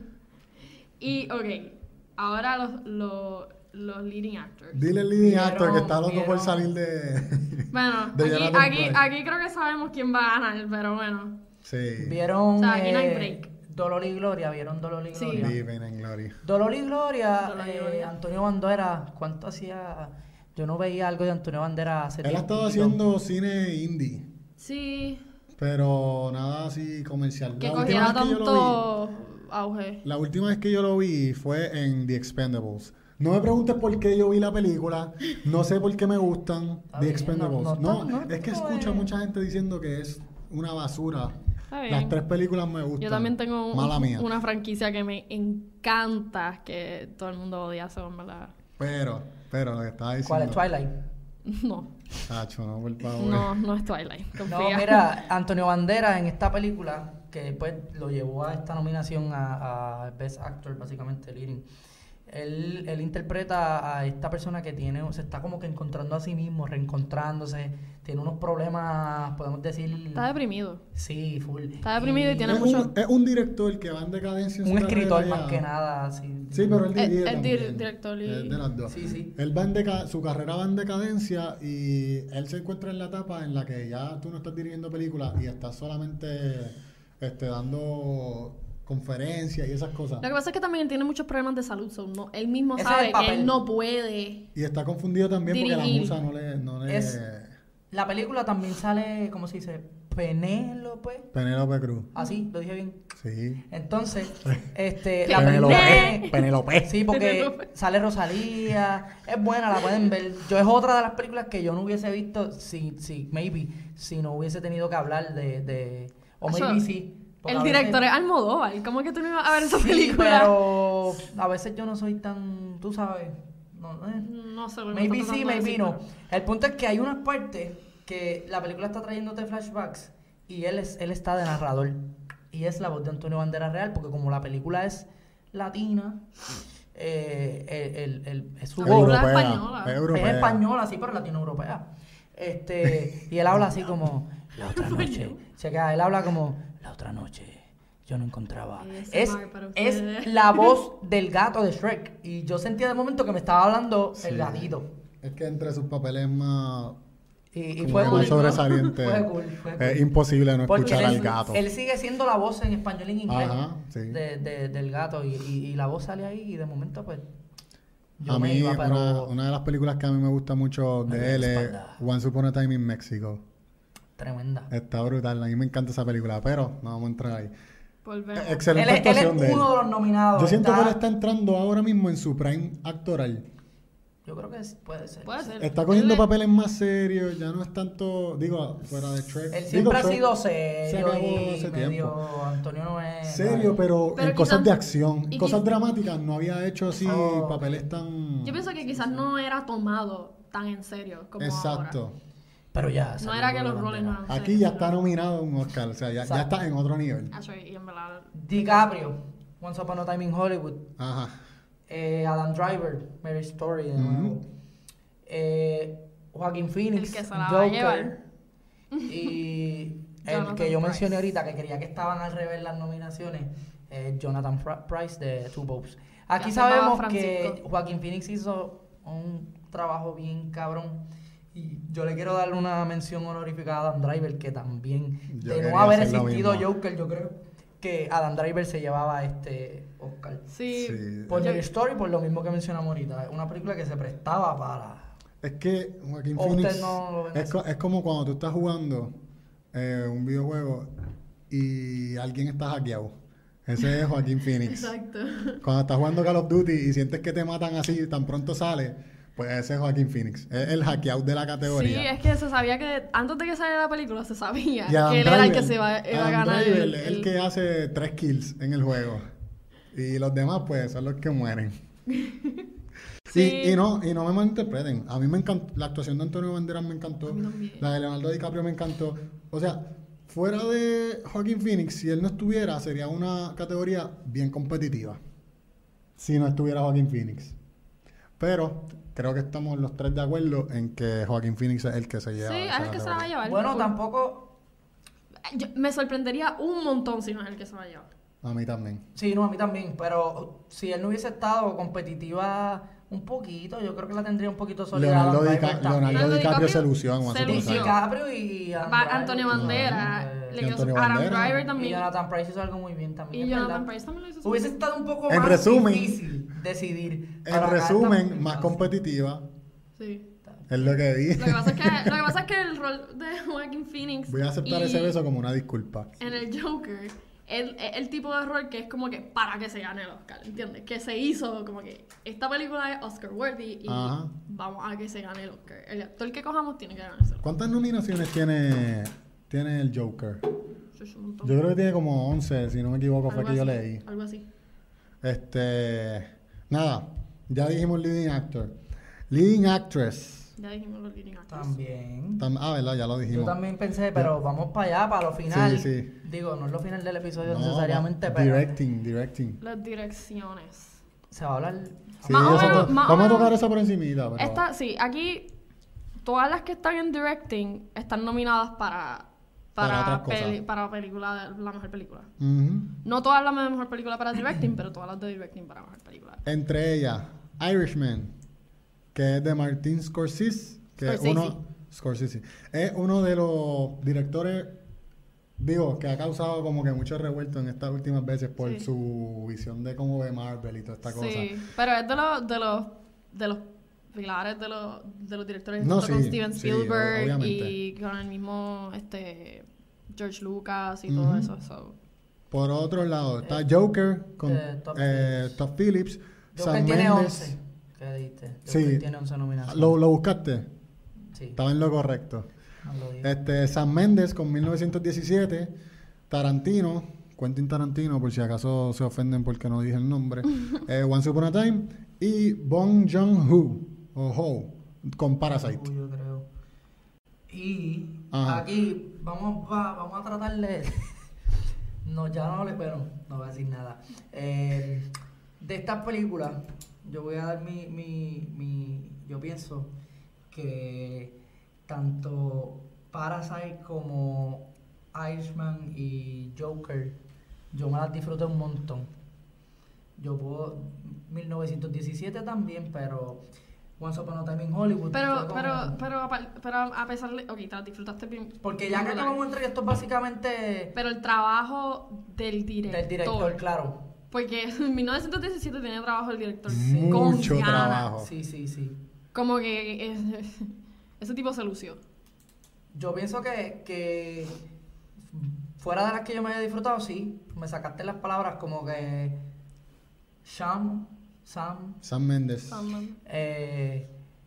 Y, ok, ahora los, los, los leading actors. Dile al leading Vieron- actor que está loco por vieron- salir de... Bueno, de aquí, Jonathan aquí, Pryce. aquí creo que sabemos quién va a ganar, pero bueno. Sí. ¿Vieron O sea, aquí no hay eh, break. Dolor y Gloria? ¿Vieron Dolor y Sí. Gloria? Living in Glory. Dolor y Gloria, Dolor y eh, Gloria. Antonio Banderas, ¿cuánto hacía? Yo no veía algo de Antonio Banderas hace Él ha tiempo. estado haciendo cine indie, Sí, pero nada así comercial. que La última cogiera vez que yo lo tanto auge. vi, la última vez que yo lo vi fue en The Expendables. No me preguntes por qué yo vi la película, no sé por qué me gustan Está The bien, Expendables. no- No, no está- no es que está escucho a bien. mucha gente diciendo que es una basura. Está bien. Las tres películas me gustan. Yo también tengo un- Mala mía. una franquicia que me encanta, que todo el mundo odia, eso, en verdad. Pero, pero lo que estaba diciendo... ¿Cuál es Twilight? No, Tacho, no, por favor. no, no es Twilight. No, Confía. mira, Antonio Banderas en esta película, que pues lo llevó a esta nominación a, a Best Actor, básicamente, leading. Él, él interpreta a esta persona que tiene, se está como que encontrando a sí mismo, reencontrándose, tiene unos problemas, podemos decir... Está deprimido. Sí, full. Está deprimido y tiene Es mucho- un, es un director que va en decadencia en Un su escritor carrera más ya. que nada. Sí, Sí, pero él El- dirige el también. dir- director y- Es de las dos. Sí, sí. Él va en deca- su carrera va en decadencia y él se encuentra en la etapa en la que ya tú no estás dirigiendo películas y estás solamente este, dando conferencias y esas cosas. Lo que pasa es que también él tiene muchos problemas de salud. So, no, él mismo Ese es sabe el que papel. él no puede. Y está confundido también porque Dirigir. la musa no le... No le Es- La película también sale, ¿cómo se dice? Penélope. Penélope Cruz. Así, lo dije bien. Sí. Entonces, este, la Penélope. película... Penélope. Sí, porque Penélope. sale Rosalía, es buena, la pueden ver. Yo es otra de las películas que yo no hubiese visto si, si maybe, si no hubiese tenido que hablar de, de o Eso, maybe sí. porque El a veces- director es Almodóvar. ¿Cómo es que tú no ibas a ver esa Sí, película? pero a veces yo no soy tan, tú sabes, no, eh. No sé. lo que me Maybe está sí, tratando de maybe decir, no. pero- El punto es que hay unas partes que la película está trayéndote flashbacks y él es, él está de narrador. Y es la voz de Antonio Banderas real, porque como la película es latina, eh, el, el- el- es su voz. Película Europea. española. Es Es europea. española, sí, pero latinoeuropea. Este, y él habla así como, la otra noche. Se queda, él habla como, la otra noche yo no encontraba. A S M R Es, para es ustedes. la voz del gato de Shrek. Y yo sentía de momento que me estaba hablando Sí. el gatito. Es que entre sus papeles más... Y, y como fue que cool. más sobresaliente. Fue cool, fue cool. Es imposible no Porque escuchar él, al es- gato. él sigue siendo la voz en español y en inglés Ajá, sí. de, de- del gato. Y, y- y la voz sale ahí y de momento pues... yo A me mí, iba, pero- una, una de las películas que a mí me gusta mucho Me de él duele la es espalda. Once Upon a Time in Mexico. Tremenda. Está brutal, a mí me encanta esa película, pero no vamos a entrar ahí. Volvemos. Eh, Él Excelente es, él es actuación de él. uno de los nominados. Yo siento que él Está- está entrando ahora mismo en su prime actoral. Yo creo que es- puede ser. Puede ser. Está cogiendo Él es- papeles más serios, ya no es tanto, digo, fuera de Shrek. Él Digo, siempre ha Shrek sido se serio acabó y hace medio... tiempo. Antonio no es... Serio, pero, Pero en cosas quizás- de acción, y cosas quiz- dramáticas, no había hecho así Oh, papeles tan... Yo pienso que quizás no era tomado tan en serio como Exacto. ahora. Pero ya... No salió era que Pablo los roles no Banderas. eran Aquí ya serios. está nominado a un Oscar, o sea, ya, ya Exacto. está en otro nivel. Ah, sí, y en verdad... DiCaprio. Once Upon a Time in Hollywood. Ajá. Eh, Adam Driver, Mary Story de Ujú. nuevo. Eh, Joaquin Phoenix, El que se la va a Joker. llevar. Y el Jonathan que yo Pryce. mencioné ahorita, que quería que estaban al revés las nominaciones, es Jonathan Fr- Price de Two Popes. Aquí Ya sabemos sepa que Francisco. Joaquin Phoenix hizo un trabajo bien cabrón. Y yo le quiero darle una mención honorífica a Adam Driver, que también, Yo de quería no haber hacer lo existido mismo. Joker, yo creo que Adam Driver se llevaba este Oscar. Sí. Sí. Por Yo- Mary Story, por lo mismo que mencionamos ahorita. Una película que se prestaba para... Es que Joaquín ¿O Phoenix usted no lo ven es, así? co- es como cuando tú estás jugando eh, un videojuego y alguien está hackeado. Ese es Joaquín Phoenix. Exacto. Cuando estás jugando Call of Duty y sientes que te matan así tan pronto sale, pues ese es Joaquín Phoenix. Es el hackeado de la Sí, categoría. es que se sabía que antes de que saliera la película se sabía Y Adam que él era el que Driver- se iba, iba a Adam ganar Driver el, es el el- que hace tres kills en el juego. Y los demás, pues, son los que mueren. Sí. Y, y no, y no me malinterpreten. A mí me encantó, la actuación de Antonio Banderas me encantó. A mí también. La de Leonardo DiCaprio me encantó. O sea, fuera de Joaquin Phoenix, si él no estuviera, sería una categoría bien competitiva. Si no estuviera Joaquin Phoenix. Pero creo que estamos los tres de acuerdo en que Joaquin Phoenix es el que se lleva. Sí, esa es el que se la va a categoría. llevar. Bueno, Full. tampoco... Yo- me sorprendería un montón si no es el que se va a llevar. A mí también. Sí, no, a mí también, pero si él no hubiese estado competitiva un poquito, yo creo que la tendría un poquito sólida. Leonardo, Adam Dica- Driver también. Leonardo Leonardo DiCaprio DiCaprio se lució en Once se Upon a Y lució. Time. DiCaprio y Adam Va Driver, Antonio pues, Banderas, eh, le Y quedó Antonio Adam Banderas. Driver Y también. Jonathan Price hizo algo muy bien también. Y es Jonathan verdad. Price también lo hizo. súper Hubiese bien. estado un poco En más resumen- difícil decidir. En para resumen, esta- más competitiva. Sí. Es lo que dije. Lo que pasa es que, lo que, pasa es que el rol de Joaquin Phoenix Voy a aceptar y ese beso como una disculpa. en el Joker el, el tipo de rol que es como que para que se gane el Oscar, ¿entiendes? Que se hizo como que esta película es Oscar worthy y Ajá. vamos a que se gane el Oscar. El actor que cojamos tiene que ganarse. ¿Cuántas nominaciones tiene, tiene el Joker? Eso es un montón. Yo creo que tiene como once, si no me equivoco, fue Algo que yo así, leí. Algo así. Este. Nada, ya dijimos leading actor. Leading actress. Ya dijimos los leading actors. También. Tam- ah, ¿verdad? Ya lo Yo dijimos. también pensé, pero vamos para allá, para lo final. Sí, sí. Digo, no es lo final del episodio No, necesariamente, va- pero Directing, directing. Las direcciones. se va a hablar. Sí, Más o eso menos- to- más o vamos a menos- tocar esa por encimita, pero... Esta, sí, aquí todas las que están en directing están nominadas para Para para otras cosas. peli- para película la mejor película. Ujú. No todas las de mejor película para directing, pero todas las de directing para mejor película. Entre ellas, Irishman, que es de Martin Scorsese, que es Scorsese. uno, Scorsese, es uno de los directores, digo, que ha causado como que mucho revuelto en estas últimas veces por Sí. su visión de cómo ve Marvel y toda esta cosa. Sí, pero es de los de los de los pilares de los de los directores No, junto con sí, Steven sí, Spielberg obviamente. y con el mismo este George Lucas y todo Ujú. eso. so. Por otro lado, está Eh, Joker con eh, Todd eh, Phillips. Todd Phillips, Joker Sam tiene Mendes. once. ¿Qué diste? Sí. Joker tiene once nominaciones. ¿Lo, lo buscaste? Sí, Estaba en lo correcto. no lo digo. Este, Sam Mendes con mil novecientos diecisiete, Tarantino, Quentin Tarantino, por si acaso se ofenden porque no dije el nombre, eh, Once Upon a Time, y Bong Joon-ho, o Ho, con Parasite. Uy, yo creo. Y Ajá. aquí vamos, va- vamos a tratar de... No, ya no le... Bueno, no voy a decir nada. Eh, de estas películas, yo voy a dar mi, mi, mi... Yo pienso que tanto Parasite como Irishman y Joker, yo me las disfruté un montón. Yo puedo... mil novecientos diecisiete también, pero... Once Upon a Time in Hollywood. Pero fue como- pero pero a, pa- pero a pesar de, ok, te la disfrutaste bien. Porque ya que brutal. acabamos entre esto es básicamente Pero el trabajo del director. del director, claro. Porque en mil novecientos diecisiete tenía trabajo el director. Sí. con Mucho ganas. trabajo. Sí, sí, sí. Como que eh, ese tipo se lució. Yo pienso que, que fuera de las que yo me haya disfrutado, sí. Me sacaste las palabras como que Sham, Sam, Sam Mendes. Sandman. eh,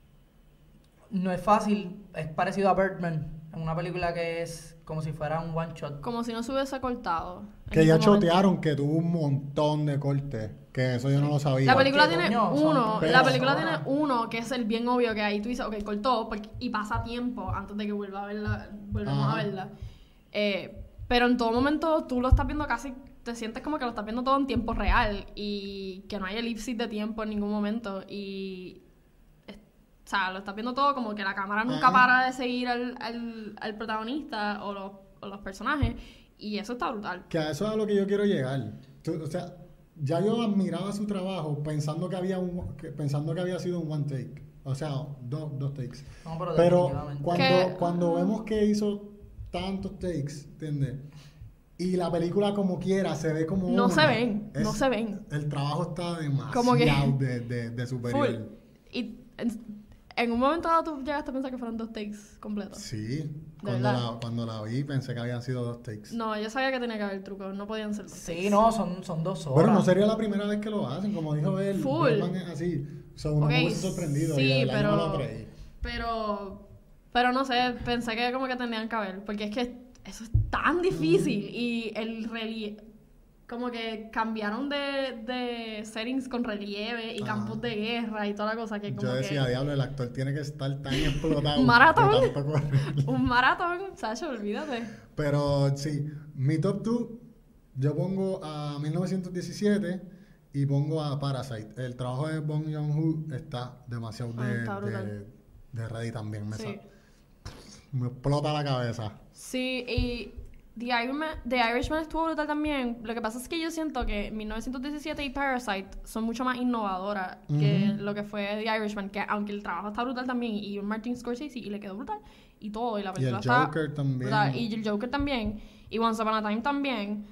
no es fácil, es parecido a Birdman, en una película que es como si fuera un one shot. Como si no se hubiese cortado. en Que ya ningún momento. chotearon que tuvo un montón de cortes, que eso yo no lo sabía. La película Porque, tiene coño, son uno, pesos, la película ¿no? tiene uno que es el bien obvio que ahí tú dices, ok, cortó porque- y pasa tiempo antes de que vuelva a verla, volvemos Ajá. a verla. Eh, pero en todo momento tú lo estás viendo casi te sientes como que lo estás viendo todo en tiempo real y que no hay elipsis de tiempo en ningún momento y... es- o sea, lo estás viendo todo como que la cámara nunca Ajá. para de seguir al, al, al protagonista o los, o los personajes y eso está brutal. Que a eso es a lo que yo quiero llegar. Tú- o sea, ya yo admiraba su trabajo pensando que había un, que- pensando que había sido un one take. O sea, dos, dos takes. No, pero Pero definitivamente. cuando, Que- cuando vemos que hizo tantos takes, ¿entiendes? Y la película como quiera se ve como No una, se ven, no es- se ven. El trabajo está demasiado Como que- de, de, de superior. Full. Y en, en un momento dado tú llegaste a pensar que fueron dos takes completos. Sí, cuando verdad? la, cuando la vi pensé que habían sido dos takes. No, yo sabía que tenía que haber trucos, no podían ser dos takes. Sí, no, son, son dos horas. Bueno, no sería la primera vez que lo hacen, como dijo él. Full. Batman es así. O sea, uno Ok, me hubiese sorprendido sí, y de verdad pero, no lo creí. pero, pero no sé, pensé que como que tendrían que haber, porque es que eso es tan difícil y el relieve, como que cambiaron de, de settings con relieve y Ajá. campos de guerra y toda la cosa que como Yo decía, que diablo, el actor tiene que estar tan explotado. Maratón. de tanto correr. un maratón, Sacho, olvídate. Pero sí, mi top dos, yo pongo a mil novecientos diecisiete y pongo a Parasite. El trabajo de Bong Joon-ho está demasiado Ah, de, está brutal. de, de ready también. Me, Sí. sa- me explota la cabeza. Sí, y The Irishman, The Irishman estuvo brutal también. Lo que pasa es que yo siento que mil novecientos diecisiete y Parasite son mucho más innovadoras que Ujú. lo que fue The Irishman, que aunque el trabajo está brutal también, y Martin Scorsese, y le quedó brutal, y todo, y la Y película el está Joker también. brutal, y el Joker también, y Once Upon a Time también.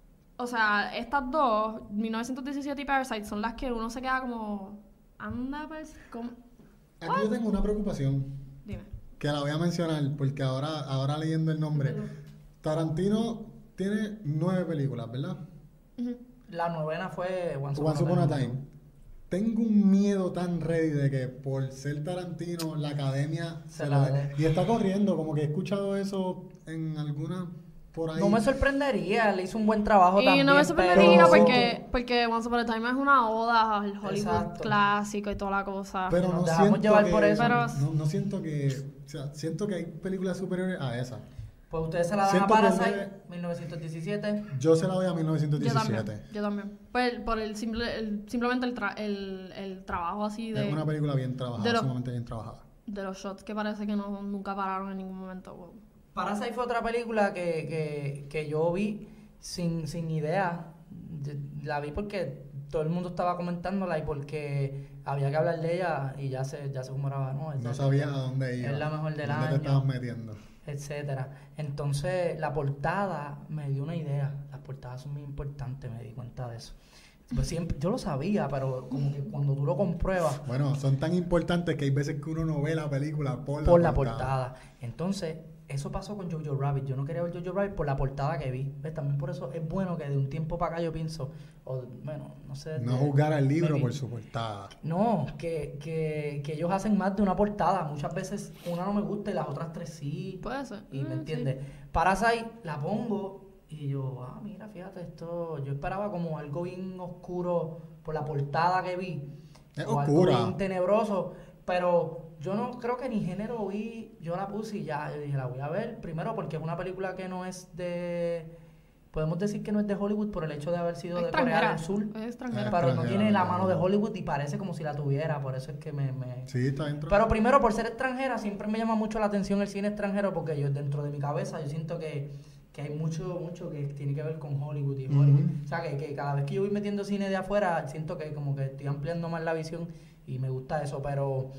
O sea, estas dos, mil novecientos diecisiete y Parasite, son las que uno se queda como... Anda, pues, ¿cómo? Aquí yo tengo una preocupación Dime. que la voy a mencionar porque ahora, ahora leyendo el nombre. Tarantino tiene nueve películas, ¿verdad? Ujú. La novena fue Once Once Upon a Time. Tengo un miedo tan ready de que por ser Tarantino la academia Se se la lo dé. dé. Y está corriendo, como que he escuchado eso en alguna por ahí. No me sorprendería, le hizo un buen trabajo Y también. no me pero- sorprendería pero- porque, porque Once Upon a Time es una oda al Hollywood Exacto. clásico y toda la cosa. Pero Nos no dejamos siento llevar que, por eso. Pero- no, no siento que, o sea, siento que hay películas superiores a esa. Pues ustedes se la dan Siento a que Parasite, debe- mil novecientos diecisiete. Yo se la doy a mil novecientos Yo diecisiete. también, yo también. Pues por el simple, el- simplemente el, tra- el, el trabajo así de, Es una película bien trabajada, de los- sumamente bien trabajada. de los shots que parece que no, nunca pararon en ningún momento. Wow. Parasite fue otra película que, que, que yo vi sin, sin idea. Yo- La vi porque todo el mundo estaba comentándola y porque había que hablar de ella y ya se, ya se humoraba, ¿no? No Es- sabía a dónde iba. es la mejor del ¿Dónde año. te estabas metiendo? etcétera. Entonces, la portada me dio una idea. Las portadas son muy importantes, me di cuenta de eso. Pues siempre, yo lo sabía, pero como que cuando tú lo compruebas Bueno, son tan importantes que hay veces que uno no ve la película por, por la portada. Entonces, eso pasó con Jojo Rabbit. Yo no quería ver Jojo Rabbit por la portada que vi. ¿Ves? También por eso es bueno que de un tiempo para acá yo pienso, o bueno, no sé. No de- juzgar al libro maybe- por su portada. No, que, que, que ellos hacen más de una portada. Muchas veces una no me gusta y las otras tres sí. Puede ser. Y Eh, me sí. entiendes. Parasite la pongo y yo, ah, mira, fíjate esto. Yo esperaba como algo bien oscuro por la portada que vi. Es o algo oscura. bien tenebroso. Pero yo no creo que ni género vi. Yo la puse y ya. Yo dije, la voy a ver. Primero porque es una película que no es de. Podemos decir que no es de Hollywood por el hecho de haber sido Es de Corea extranjera. del Sur. Es extranjera. Pero no extranjera, tiene la no. mano de Hollywood y parece como si la tuviera. Por eso es que me. me... Sí, está dentro. Pero primero, por ser extranjera, siempre me llama mucho la atención el cine extranjero porque yo dentro de mi cabeza yo siento que, que hay mucho mucho que tiene que ver con Hollywood y Hollywood. Ujú. O sea, que, que cada vez que yo voy metiendo cine de afuera, siento que como que estoy ampliando más la visión y me gusta eso, pero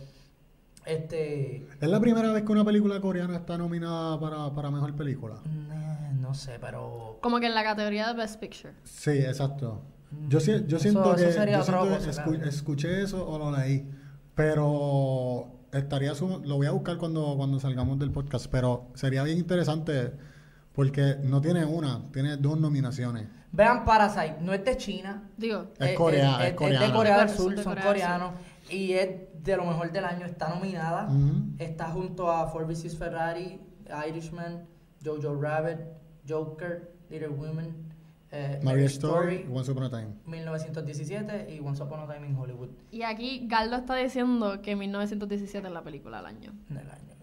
este ¿Es la primera vez que una película coreana está nominada para, para mejor película? eh, no sé, pero Como que en la categoría de Best Picture. Sí, exacto. Yo, si- yo Eso- siento eso que, sería yo otra siento que cosa, escu- claro. escuché eso o lo leí, pero estaría sum- lo voy a buscar cuando, cuando salgamos del podcast, pero sería bien interesante porque no tiene una, tiene dos nominaciones. vean Parasite, no es de China. Digo, Es Corea, es de coreana. Corea del Son Sur, de son Corea del coreanos. Y es de lo mejor del año, está nominada. Ujú. Está junto a Ford versus Ferrari, Irishman, Jojo Rabbit, Joker, Little Women, eh, Marriage Marriage Story, Once Upon a Time. mil novecientos diecisiete y Once Upon a Time in Hollywood y aquí Galdo está diciendo que mil novecientos diecisiete es la película del año. del año.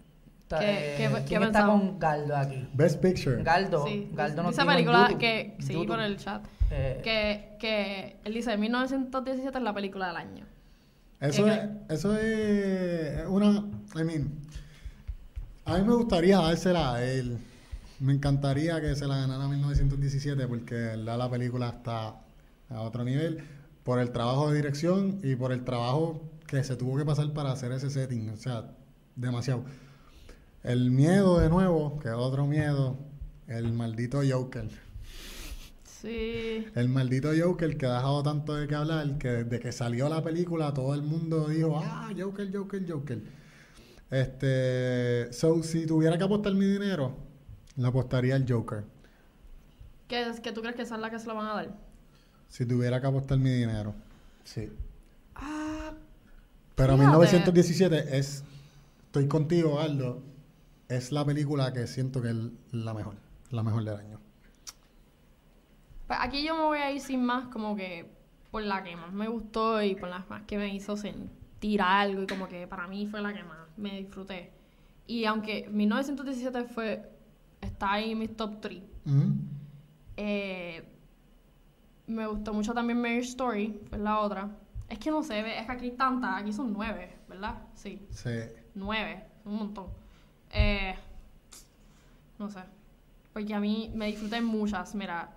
Está, ¿Qué- eh, qué- ¿Quién qué está pensamos? con Galdo aquí? Best Picture. Galdo. Sí, Galdo nos dice dijo en película YouTube, que, sí, YouTube, por el chat, eh, que, que él dice mil novecientos diecisiete es la película del año. Eso ¿Qué es, eso es una, I mean, a mí me gustaría dársela a él. Me encantaría que se la ganara mil novecientos diecisiete porque de verdad la película está a otro nivel por el trabajo de dirección y por el trabajo que se tuvo que pasar para hacer ese setting. O sea, demasiado. El miedo de nuevo, que es otro miedo, el maldito Joker. Sí. El maldito Joker que ha dejado tanto de qué hablar, que desde que salió la película todo el mundo dijo, ah, Joker, Joker, Joker. Este, so, si tuviera que apostar mi dinero, le apostaría al Joker. ¿Qué, es- que tú crees que esa es la que se lo van a dar? Si tuviera que apostar mi dinero, sí. Ah, Pero Fíjate. mil novecientos diecisiete es, estoy contigo, Aldo, es la película que siento que es la mejor, la mejor del año. pues aquí yo me voy a ir sin más, como que por la que más me gustó y por la más que me hizo sentir algo y como que para mí fue la que más me disfruté. Y aunque mil novecientos diecisiete fue, está ahí en mis top tres, Ujú. eh, me gustó mucho también Marriage Story, fue la otra. Es que no sé, ve, es que aquí hay tantas, aquí son nueve, ¿verdad? Sí, Sí. nueve, un montón. Eh, no sé, porque a mí me disfruté muchas, mira.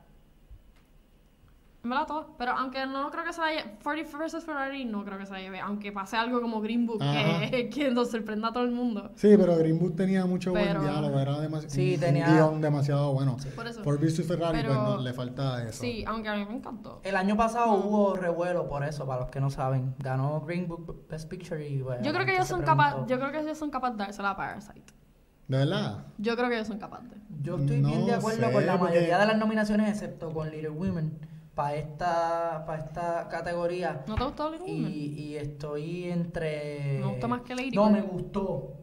Me la todas, pero aunque no creo que se la lleve, Ford versus Ferrari no creo que se la lleve, aunque pase algo como Green Book Ajá. que, que nos sorprenda a todo el mundo. Sí, pero Green Book tenía mucho Pero- buen diálogo, era demasi- Sí, un, tenía- un guión demasiado bueno. Por eso. Ford versus Ferrari, Pero- pues no, le falta eso. Sí, aunque a mí me encantó. El año pasado No. hubo revuelo por eso, para los que no saben. Ganó Green Book Best Picture y bueno, Yo creo que la ellos gente son se capaces, preguntó. yo creo que ellos son capaces de dársela a Parasite. ¿De verdad? Yo creo que ellos son capaces. Yo estoy bien de No acuerdo sé, con la porque- mayoría de las nominaciones, excepto con Little Women, para esta, para esta categoría. ¿No te gustó Little Women? Y, y estoy entre... Me gustó más que Lady No, Bird. me gustó,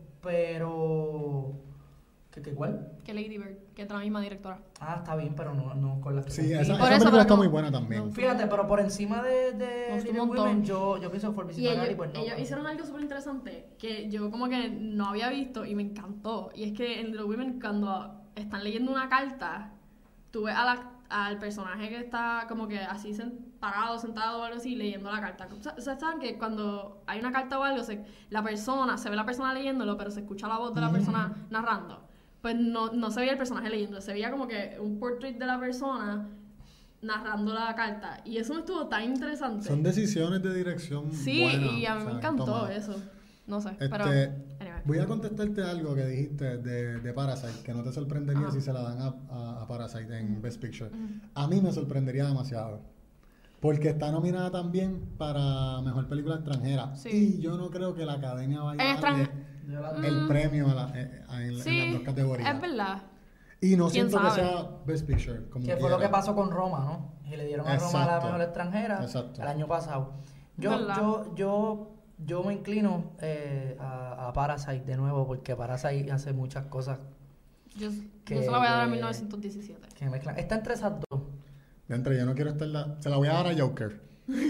pero... ¿Qué, qué cuál? Que Lady Bird, que es la misma directora. Ah, está bien, pero no, no con las que Sí, compite. esa, Por esa eso, película pero está no- muy buena también. no. Fíjate, pero por encima de, de Me gustó Little un montón. Women, yo, yo pienso Ford versus Y Ferrari, ellos, pues no. ellos hicieron algo súper interesante que yo como que no había visto y me encantó. Y es que en Little Women cuando están leyendo una carta, tú ves a la- al personaje que está como que así sen- parado, sentado o algo así, leyendo la carta. O sea, o sea, saben que cuando hay una carta o algo, se, la persona, se ve la persona leyéndolo, pero se escucha la voz de la persona narrando. Pues no, no se veía el personaje leyendo, se veía como que un portrait de la persona narrando la carta. Y eso me estuvo tan interesante. Son decisiones de dirección Sí, buenas, y a mí o sea, me encantó tomadas. eso. No sé, Este, pero... Anyway. Voy a contestarte algo que dijiste de, de Parasite, que no te sorprendería Ajá. si se la dan a, a- a Parasite en Best Picture. Ujú. A mí me sorprendería demasiado. Porque está nominada también para Mejor Película Extranjera. Sí. Y yo no creo que la Academia vaya En a darle extran- Yo la- el Mm. premio a la- eh, a- en, en Sí, las dos categorías. es verdad. Y no ¿Quién siento que sabe? sea Best Picture. Como Que fue lo quiera. que pasó con Roma, ¿no? Y le dieron a Roma la Exacto. mejor extranjera Exacto. el año pasado. Yo, ¿Verdad? yo, yo, yo me inclino eh, a, a Parasite de nuevo, porque Parasite hace muchas cosas Yo, Que- yo se la voy a dar a que- mil novecientos diecisiete. que mezclan. Está entre esas dos. De entre yo no quiero estar la... Se la voy a dar a Joker.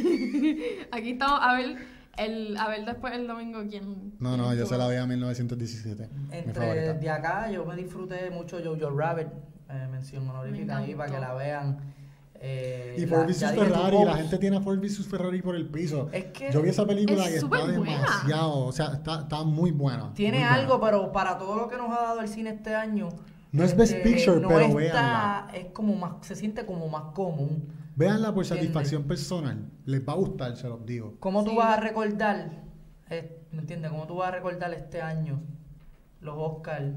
Aquí estamos a ver, el, a ver después el domingo quién... No, quién no, yo estuvo. se la doy a mil novecientos diecisiete. Mi Entre favorita. de acá yo me disfruté mucho Jojo Rabbit, eh, mención honorífica ahí para que encantó. la vean. Eh, Y la- Ford ya versus dije tu Ferrari, voz. la gente tiene a Ford versus Ferrari por el piso. Es que Yo vi esa película es y está súper buena. demasiado, o sea, está, está muy buena. tiene muy buena. algo, pero para todo lo que nos ha dado el cine este año. No es Best este, Picture, no pero está, véanla. es como más, se siente como más común. Véanla por ¿Entiendes? satisfacción personal. Les va a gustar, se los digo. ¿Cómo tú Sí. vas a recordar, eh, ¿me entiendes? ¿Cómo tú vas a recordar este año los Oscars?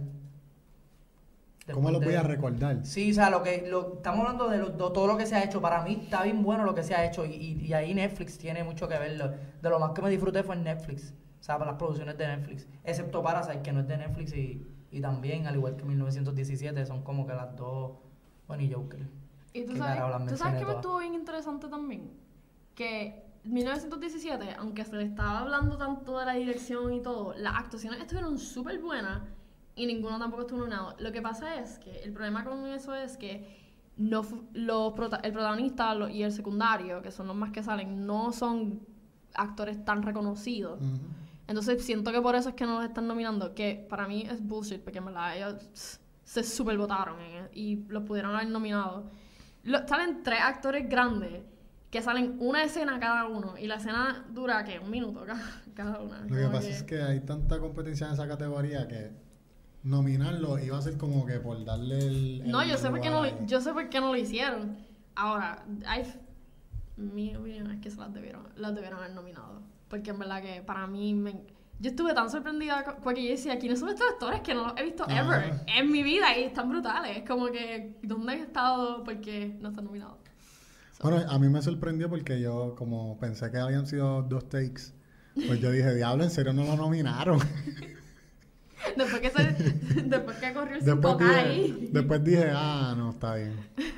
¿Cómo Después los de- voy a recordar? Sí, o sea, lo que lo, estamos hablando de, lo- de todo lo que se ha hecho. Para mí está bien bueno lo que se ha hecho y, y- y ahí Netflix tiene mucho que ver. Lo- de lo más que me disfruté fue en Netflix, o sea, para las producciones de Netflix. Excepto Parasite, que no es de Netflix y, y también, al igual que mil novecientos diecisiete, son como que las dos... Bueno, y Joker. Y tú Qué sabes, carajo, las ¿tú sabes mencioné que me todas. estuvo bien interesante también? Que mil novecientos diecisiete, aunque se le estaba hablando tanto de la dirección y todo, las actuaciones estuvieron súper buenas y ninguno tampoco estuvo nominado. Lo que pasa es que el problema con eso es que no, fu- los prota- el protagonista lo- y el secundario, que son los más que salen, no son actores tan reconocidos. Ujú. Entonces siento que por eso es que no los están nominando, que para mí es bullshit, porque en verdad ellos pss, se super votaron y los pudieron haber nominado. Lo, salen tres actores grandes que salen una escena cada uno y la escena dura, ¿qué? Un minuto cada, cada una. Lo que Como pasa que... es que hay tanta competencia en esa categoría que nominarlo iba a ser como que por darle el... No, el yo sé por qué no, lugar lo- ahí. yo sé por qué no lo hicieron. Ahora, hay, mi opinión es que se las debieron, las debieron haber nominado. Porque en verdad que para mí, me, yo estuve tan sorprendida co- porque yo decía, ¿quiénes son estos actores que no los he visto Ajá. ever en mi vida? Y están brutales. Es como que, ¿dónde he estado? Porque no están nominados. So, Bueno, a mí me sorprendió porque yo, como pensé que habían sido dos takes, pues yo dije, diablo, ¿en serio no lo nominaron? después que se, después que corrió el Después cinco K dije, ahí. después dije, ah, no, está bien.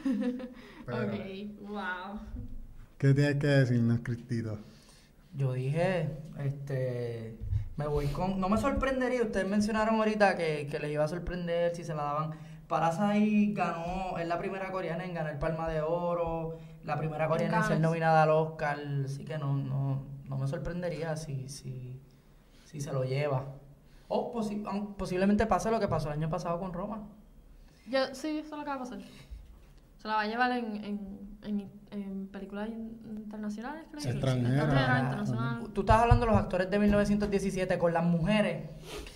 Pero, Ok, wow. ¿qué tienes que decirnos, Cristito? Yo dije, este, me voy con, no me sorprendería, ustedes mencionaron ahorita que, que les iba a sorprender si se la daban. Parasite ganó, es la primera coreana en ganar Palma de Oro, la primera coreana en ser Cannes. nominada al Oscar, así que no, no, no me sorprendería si, si, si se lo lleva. O posi- aun- posiblemente pase lo que pasó el año pasado con Roma. Yo, sí, eso es lo que va a pasar. Se la va a llevar en, en, en, en películas in- internacionales, creo. Extranjeras. Extranjeras, Ajá. internacionales. Tú estás hablando de los actores de mil novecientos diecisiete con las mujeres.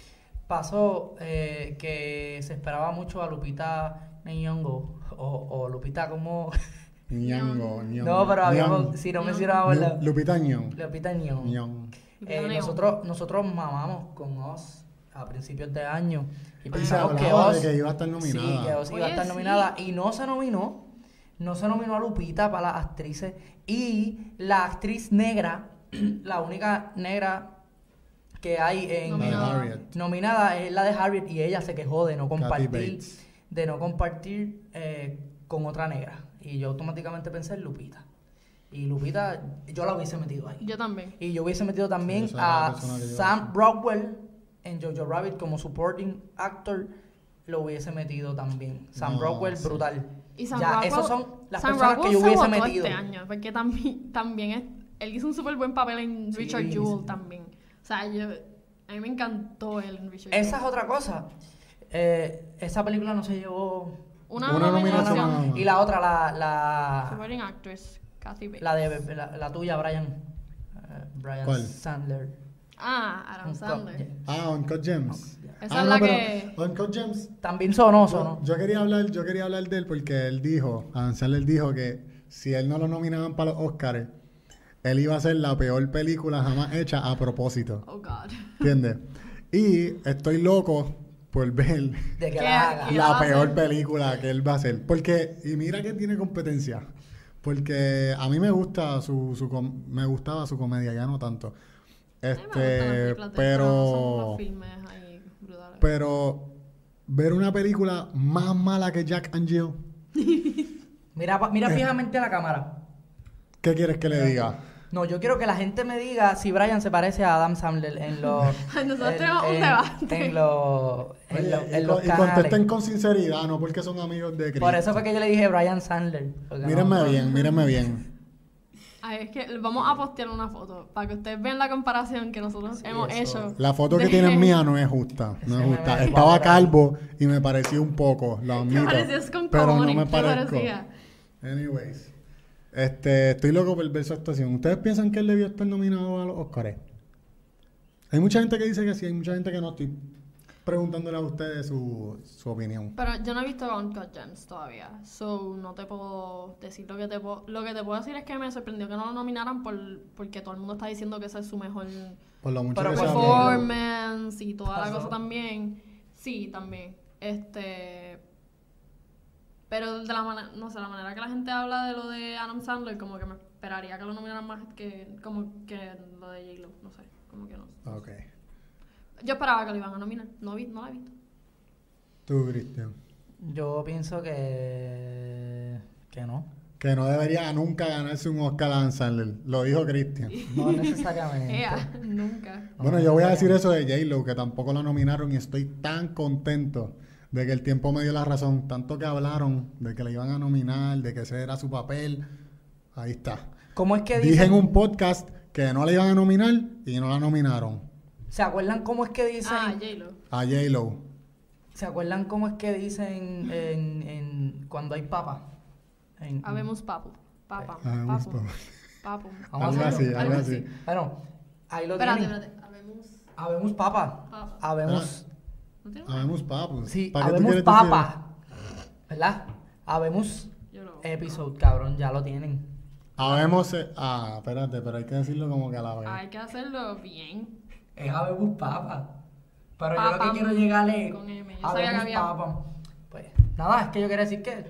Pasó eh, que se esperaba mucho a Lupita Nyong'o o, o Lupita como... Ñongo, Ñongo. no, pero habíamos, Ñong. si no Ñong. mencionábamos la... Lu- Lupita Ñong. Lupita Nyong'o. Ñong. Eh, Lupita nosotros, nosotros mamamos con Oz a principios de año y Y se pensamos que hablaba de Oz, que iba a estar sí, nominada. que Oz iba a Oye, estar sí. nominada y no se nominó. No se nominó a Lupita para las actrices y la actriz negra, la única negra que hay en Nominada. Harriet. nominada es la de Harriet y ella se quejó de no Kathy compartir Bates. de no compartir eh, con otra negra y yo automáticamente pensé en Lupita y Lupita yo la hubiese metido ahí. Yo también. Y yo hubiese metido también Sí, esa era la a persona que yo Sam decía. Rockwell en Jojo Rabbit como supporting actor. Lo hubiese metido también. Sam No, Rockwell, sí. brutal. Y Sam ya, Rockwell, esos son las Sam personas Rockwell que yo se hubiese votó metido. este año, porque también, también es, él hizo un súper buen papel en Sí, Richard Jewell sí. también. O sea, yo, a mí me encantó él en Richard Esa es Jewell. otra cosa. Eh, esa película no se llevó. Una, Una nominación. nominación nada más. Y la otra, la, la, Supporting Actress, Kathy Bates. la de la, la tuya, Brian. eh, Brian ¿Cuál? Sandler. Ah, Adam Un Sandler. co- Ah, Uncut Gems. Esa ah, es la pero que- Uncut Gems. También sonó, Yo, sonó. yo quería hablar, yo quería hablar de él porque él dijo, Adam Sandler dijo que si él no lo nominaban para los Oscars, él iba a ser la peor película jamás hecha a propósito. Oh, God. ¿Entiendes? Y estoy loco por ver De que ¿Qué- la haga. qué? la va a peor hacer? película que él va a hacer. Porque, y mira que tiene competencia. Porque a mí me gusta su, su com- me gustaba su comedia, ya no tanto. A mí me gustan las Este, películas de él, son pero, los filmes ahí brutales. pero ver una película más mala que Jack and Jill, Mira, pa- Eh. mira fijamente a la cámara. ¿qué quieres que le diga? No, yo quiero que la gente me diga si Brian se parece a Adam Sandler en los... Nosotros en- tenemos un en- debate. En los... En, Oye, los- y, en co- los y contesten canales. con sinceridad, no porque son amigos de Cristo. Por eso fue que yo le dije Brian Sandler. porque no- Mírenme bien, mírenme bien. Ay, es que vamos a postear una foto para que ustedes vean la comparación que nosotros hemos eso. hecho. La foto que de- tienen mía no es justa, no Ese es me justa. ve Estaba cuadrado. calvo y me pareció un poco, lo admito. parecías con pero no cojones, me ¿qué parezco. parecía? Anyways, este, estoy loco por ver su actuación. ¿Ustedes piensan que él debió estar nominado a los Oscars? Hay mucha gente que dice que sí, hay mucha gente que no. Estoy preguntándole a ustedes su, su opinión. Pero yo no he visto Uncut Gems todavía, so no te puedo decir lo que te puedo... Lo que te puedo decir es que me sorprendió que no lo nominaran por, porque todo el mundo está diciendo que ese es su mejor Por lo mucho Pero que por se favor, habla. performance y toda la Pasó. cosa también. Sí, también. Este... Pero de la manera... No sé, la manera que la gente habla de lo de Adam Sandler, como que me esperaría que lo nominaran más que... Como que lo de J-Lo, no sé. Como que no. Ok. Yo esperaba que lo iban a nominar. No, vi, no la he visto. Tú, Cristian. Yo pienso que... Que no. Que no debería nunca ganarse un Oscar a Adam Sandler. Lo dijo Cristian. No necesariamente. Ea, nunca. Bueno, yo voy a decir eso de J-Lo, que tampoco lo nominaron y estoy tan contento de que el tiempo me dio la razón. Tanto que hablaron de que le iban a nominar, de que ese era su papel. Ahí está. ¿Cómo es que Dije dicen? en un podcast que no le iban a nominar y no la nominaron. ¿Se acuerdan cómo es que dicen? Ah, J-Lo. A J-Lo. ¿Se acuerdan cómo es que dicen en, en cuando hay papa? En- Habemos papu. Papa. Habemos Papu. papu. Papu. Vamos Algo a así, hacerlo. algo así. Bueno, ahí lo Espérate, tienen. espérate. Habemos... Habemos papa. Papa. Habemos... ¿No tiene? Habemos papus. Sí, ¿Para qué tú habemos quieres papa. ¿Verdad? Habemos Yo lo... episode, cabrón, ya lo tienen. decir? Habemos... eh, ah, espérate, pero hay que decirlo como que a la vez. Hay que hacerlo bien. Es habemos papa. Pero yo lo Papam. que quiero llegar es... Con M. Yo sabía que Habemos había- papa. Pues, nada, es que yo quería decir que...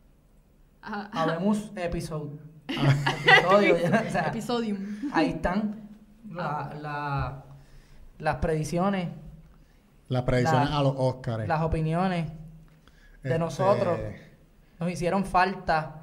Ajá. Habemos episode. Episodio, ya, o sea, Episodium. ahí están la- la- las predicciones, Las predicciones la- a los Oscars. las opiniones de Este, nosotros. Nos hicieron falta.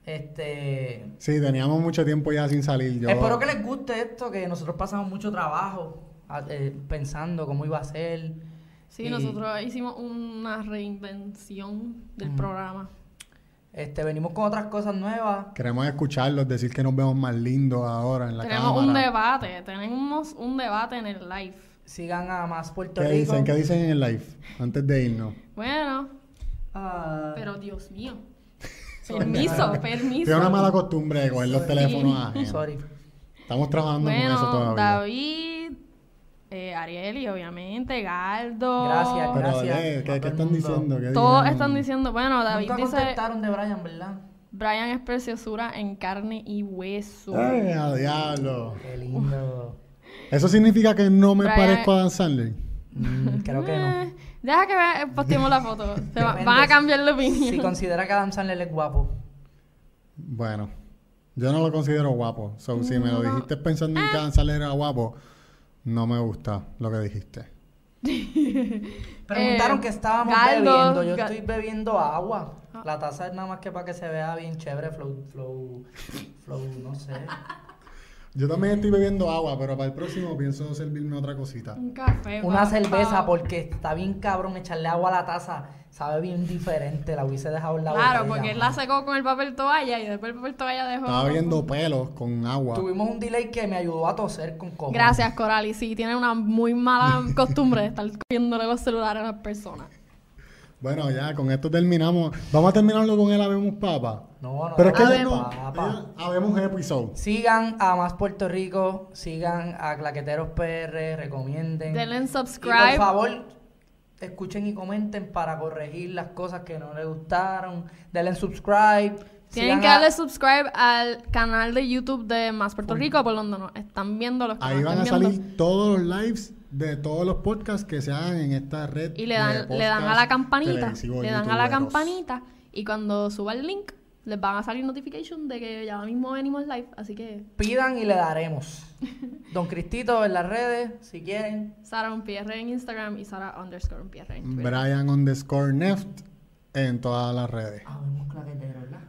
Este, Sí, teníamos mucho tiempo ya sin salir. Yo... Espero que les guste esto, que nosotros pasamos mucho trabajo a- eh, pensando cómo iba a ser. Sí, Y, nosotros hicimos una reinvención del Mm. programa. Este, venimos con otras cosas nuevas. Queremos escucharlos, decir que nos vemos más lindos ahora en la Tenemos cámara. un debate, tenemos un debate en el live. Sigan a Más Puerto ¿Qué Rico. dicen? ¿Qué dicen en el live? Antes de irnos. Bueno, Ah, pero Dios mío. Sorry. Permiso, permiso. Tiene una mala costumbre de coger los teléfonos ajenos. sorry. Estamos trabajando con eso Bueno, todavía. David, eh, Arieli, obviamente, Galdo. Gracias, Pero, gracias lee, a ¿qué, todo qué el están mundo. diciendo? ¿Qué Todos dijeron? están diciendo, bueno, David Nunca dice, contestaron de Brian, ¿verdad? Brian es preciosura en carne y hueso. ¡Ay, a diablo! Qué lindo. ¿Eso significa que no me Brian- parezco a Dan Sandler? Mm, creo que no. Eh, Deja que ve- posteemos la foto. Se va- Depende. van a cambiar de opinión. Si considera que Adam Sandler es guapo. Bueno, yo no lo considero guapo. So, si me lo No. dijiste pensando en que Dan Sandler era guapo, no me gusta lo que dijiste. Preguntaron Eh, que estábamos Galdo, bebiendo. Yo Ga- estoy bebiendo agua. Ah. La taza es nada más que para que se vea bien chévere, flow, flow, flow, no sé. Yo también estoy bebiendo agua, pero para el próximo pienso servirme otra cosita. Un café. Una pa- cerveza, pa- porque está bien cabrón echarle agua a la taza. Sabe bien diferente, la hubiese dejado en la Claro, botella, porque él mano. la secó con el papel toalla y después el papel toalla dejó. Estaba viendo pelos con agua. Tuvimos un delay que me ayudó a toser con cojones. Gracias, Corali. Sí, tiene una muy mala costumbre de estar cogiéndole los celulares a las personas. Bueno, ya, con esto terminamos. Vamos a terminarlo con el Habemos Papa. No, no, Pero es que no, ya no... papá. ya Habemos episodio. Sigan a Más Puerto Rico, sigan a Claqueteros P R, recomienden. Denle en Y subscribe. por favor, escuchen y comenten para corregir las cosas que no les gustaron. Denle en subscribe. Tienen sigan que a- darle subscribe al canal de YouTube de Más Puerto Rico, por donde nos están viendo los que Ahí nos van a están viendo. salir todos los lives de todos los podcasts que se hagan en esta red. Y le de dan, le dan a la podcast campanita. televisivo Le dan a la youtuberos. campanita. Y cuando suba el link, les van a salir notification de que ya mismo venimos live. Así que, Pidan y le daremos. Don Cristito en las redes, si quieren. Sara un P R en Instagram y Sara underscore un P R en Twitter. Brian underscore Neft en todas las redes. Habemos Claqueteros, ¿verdad?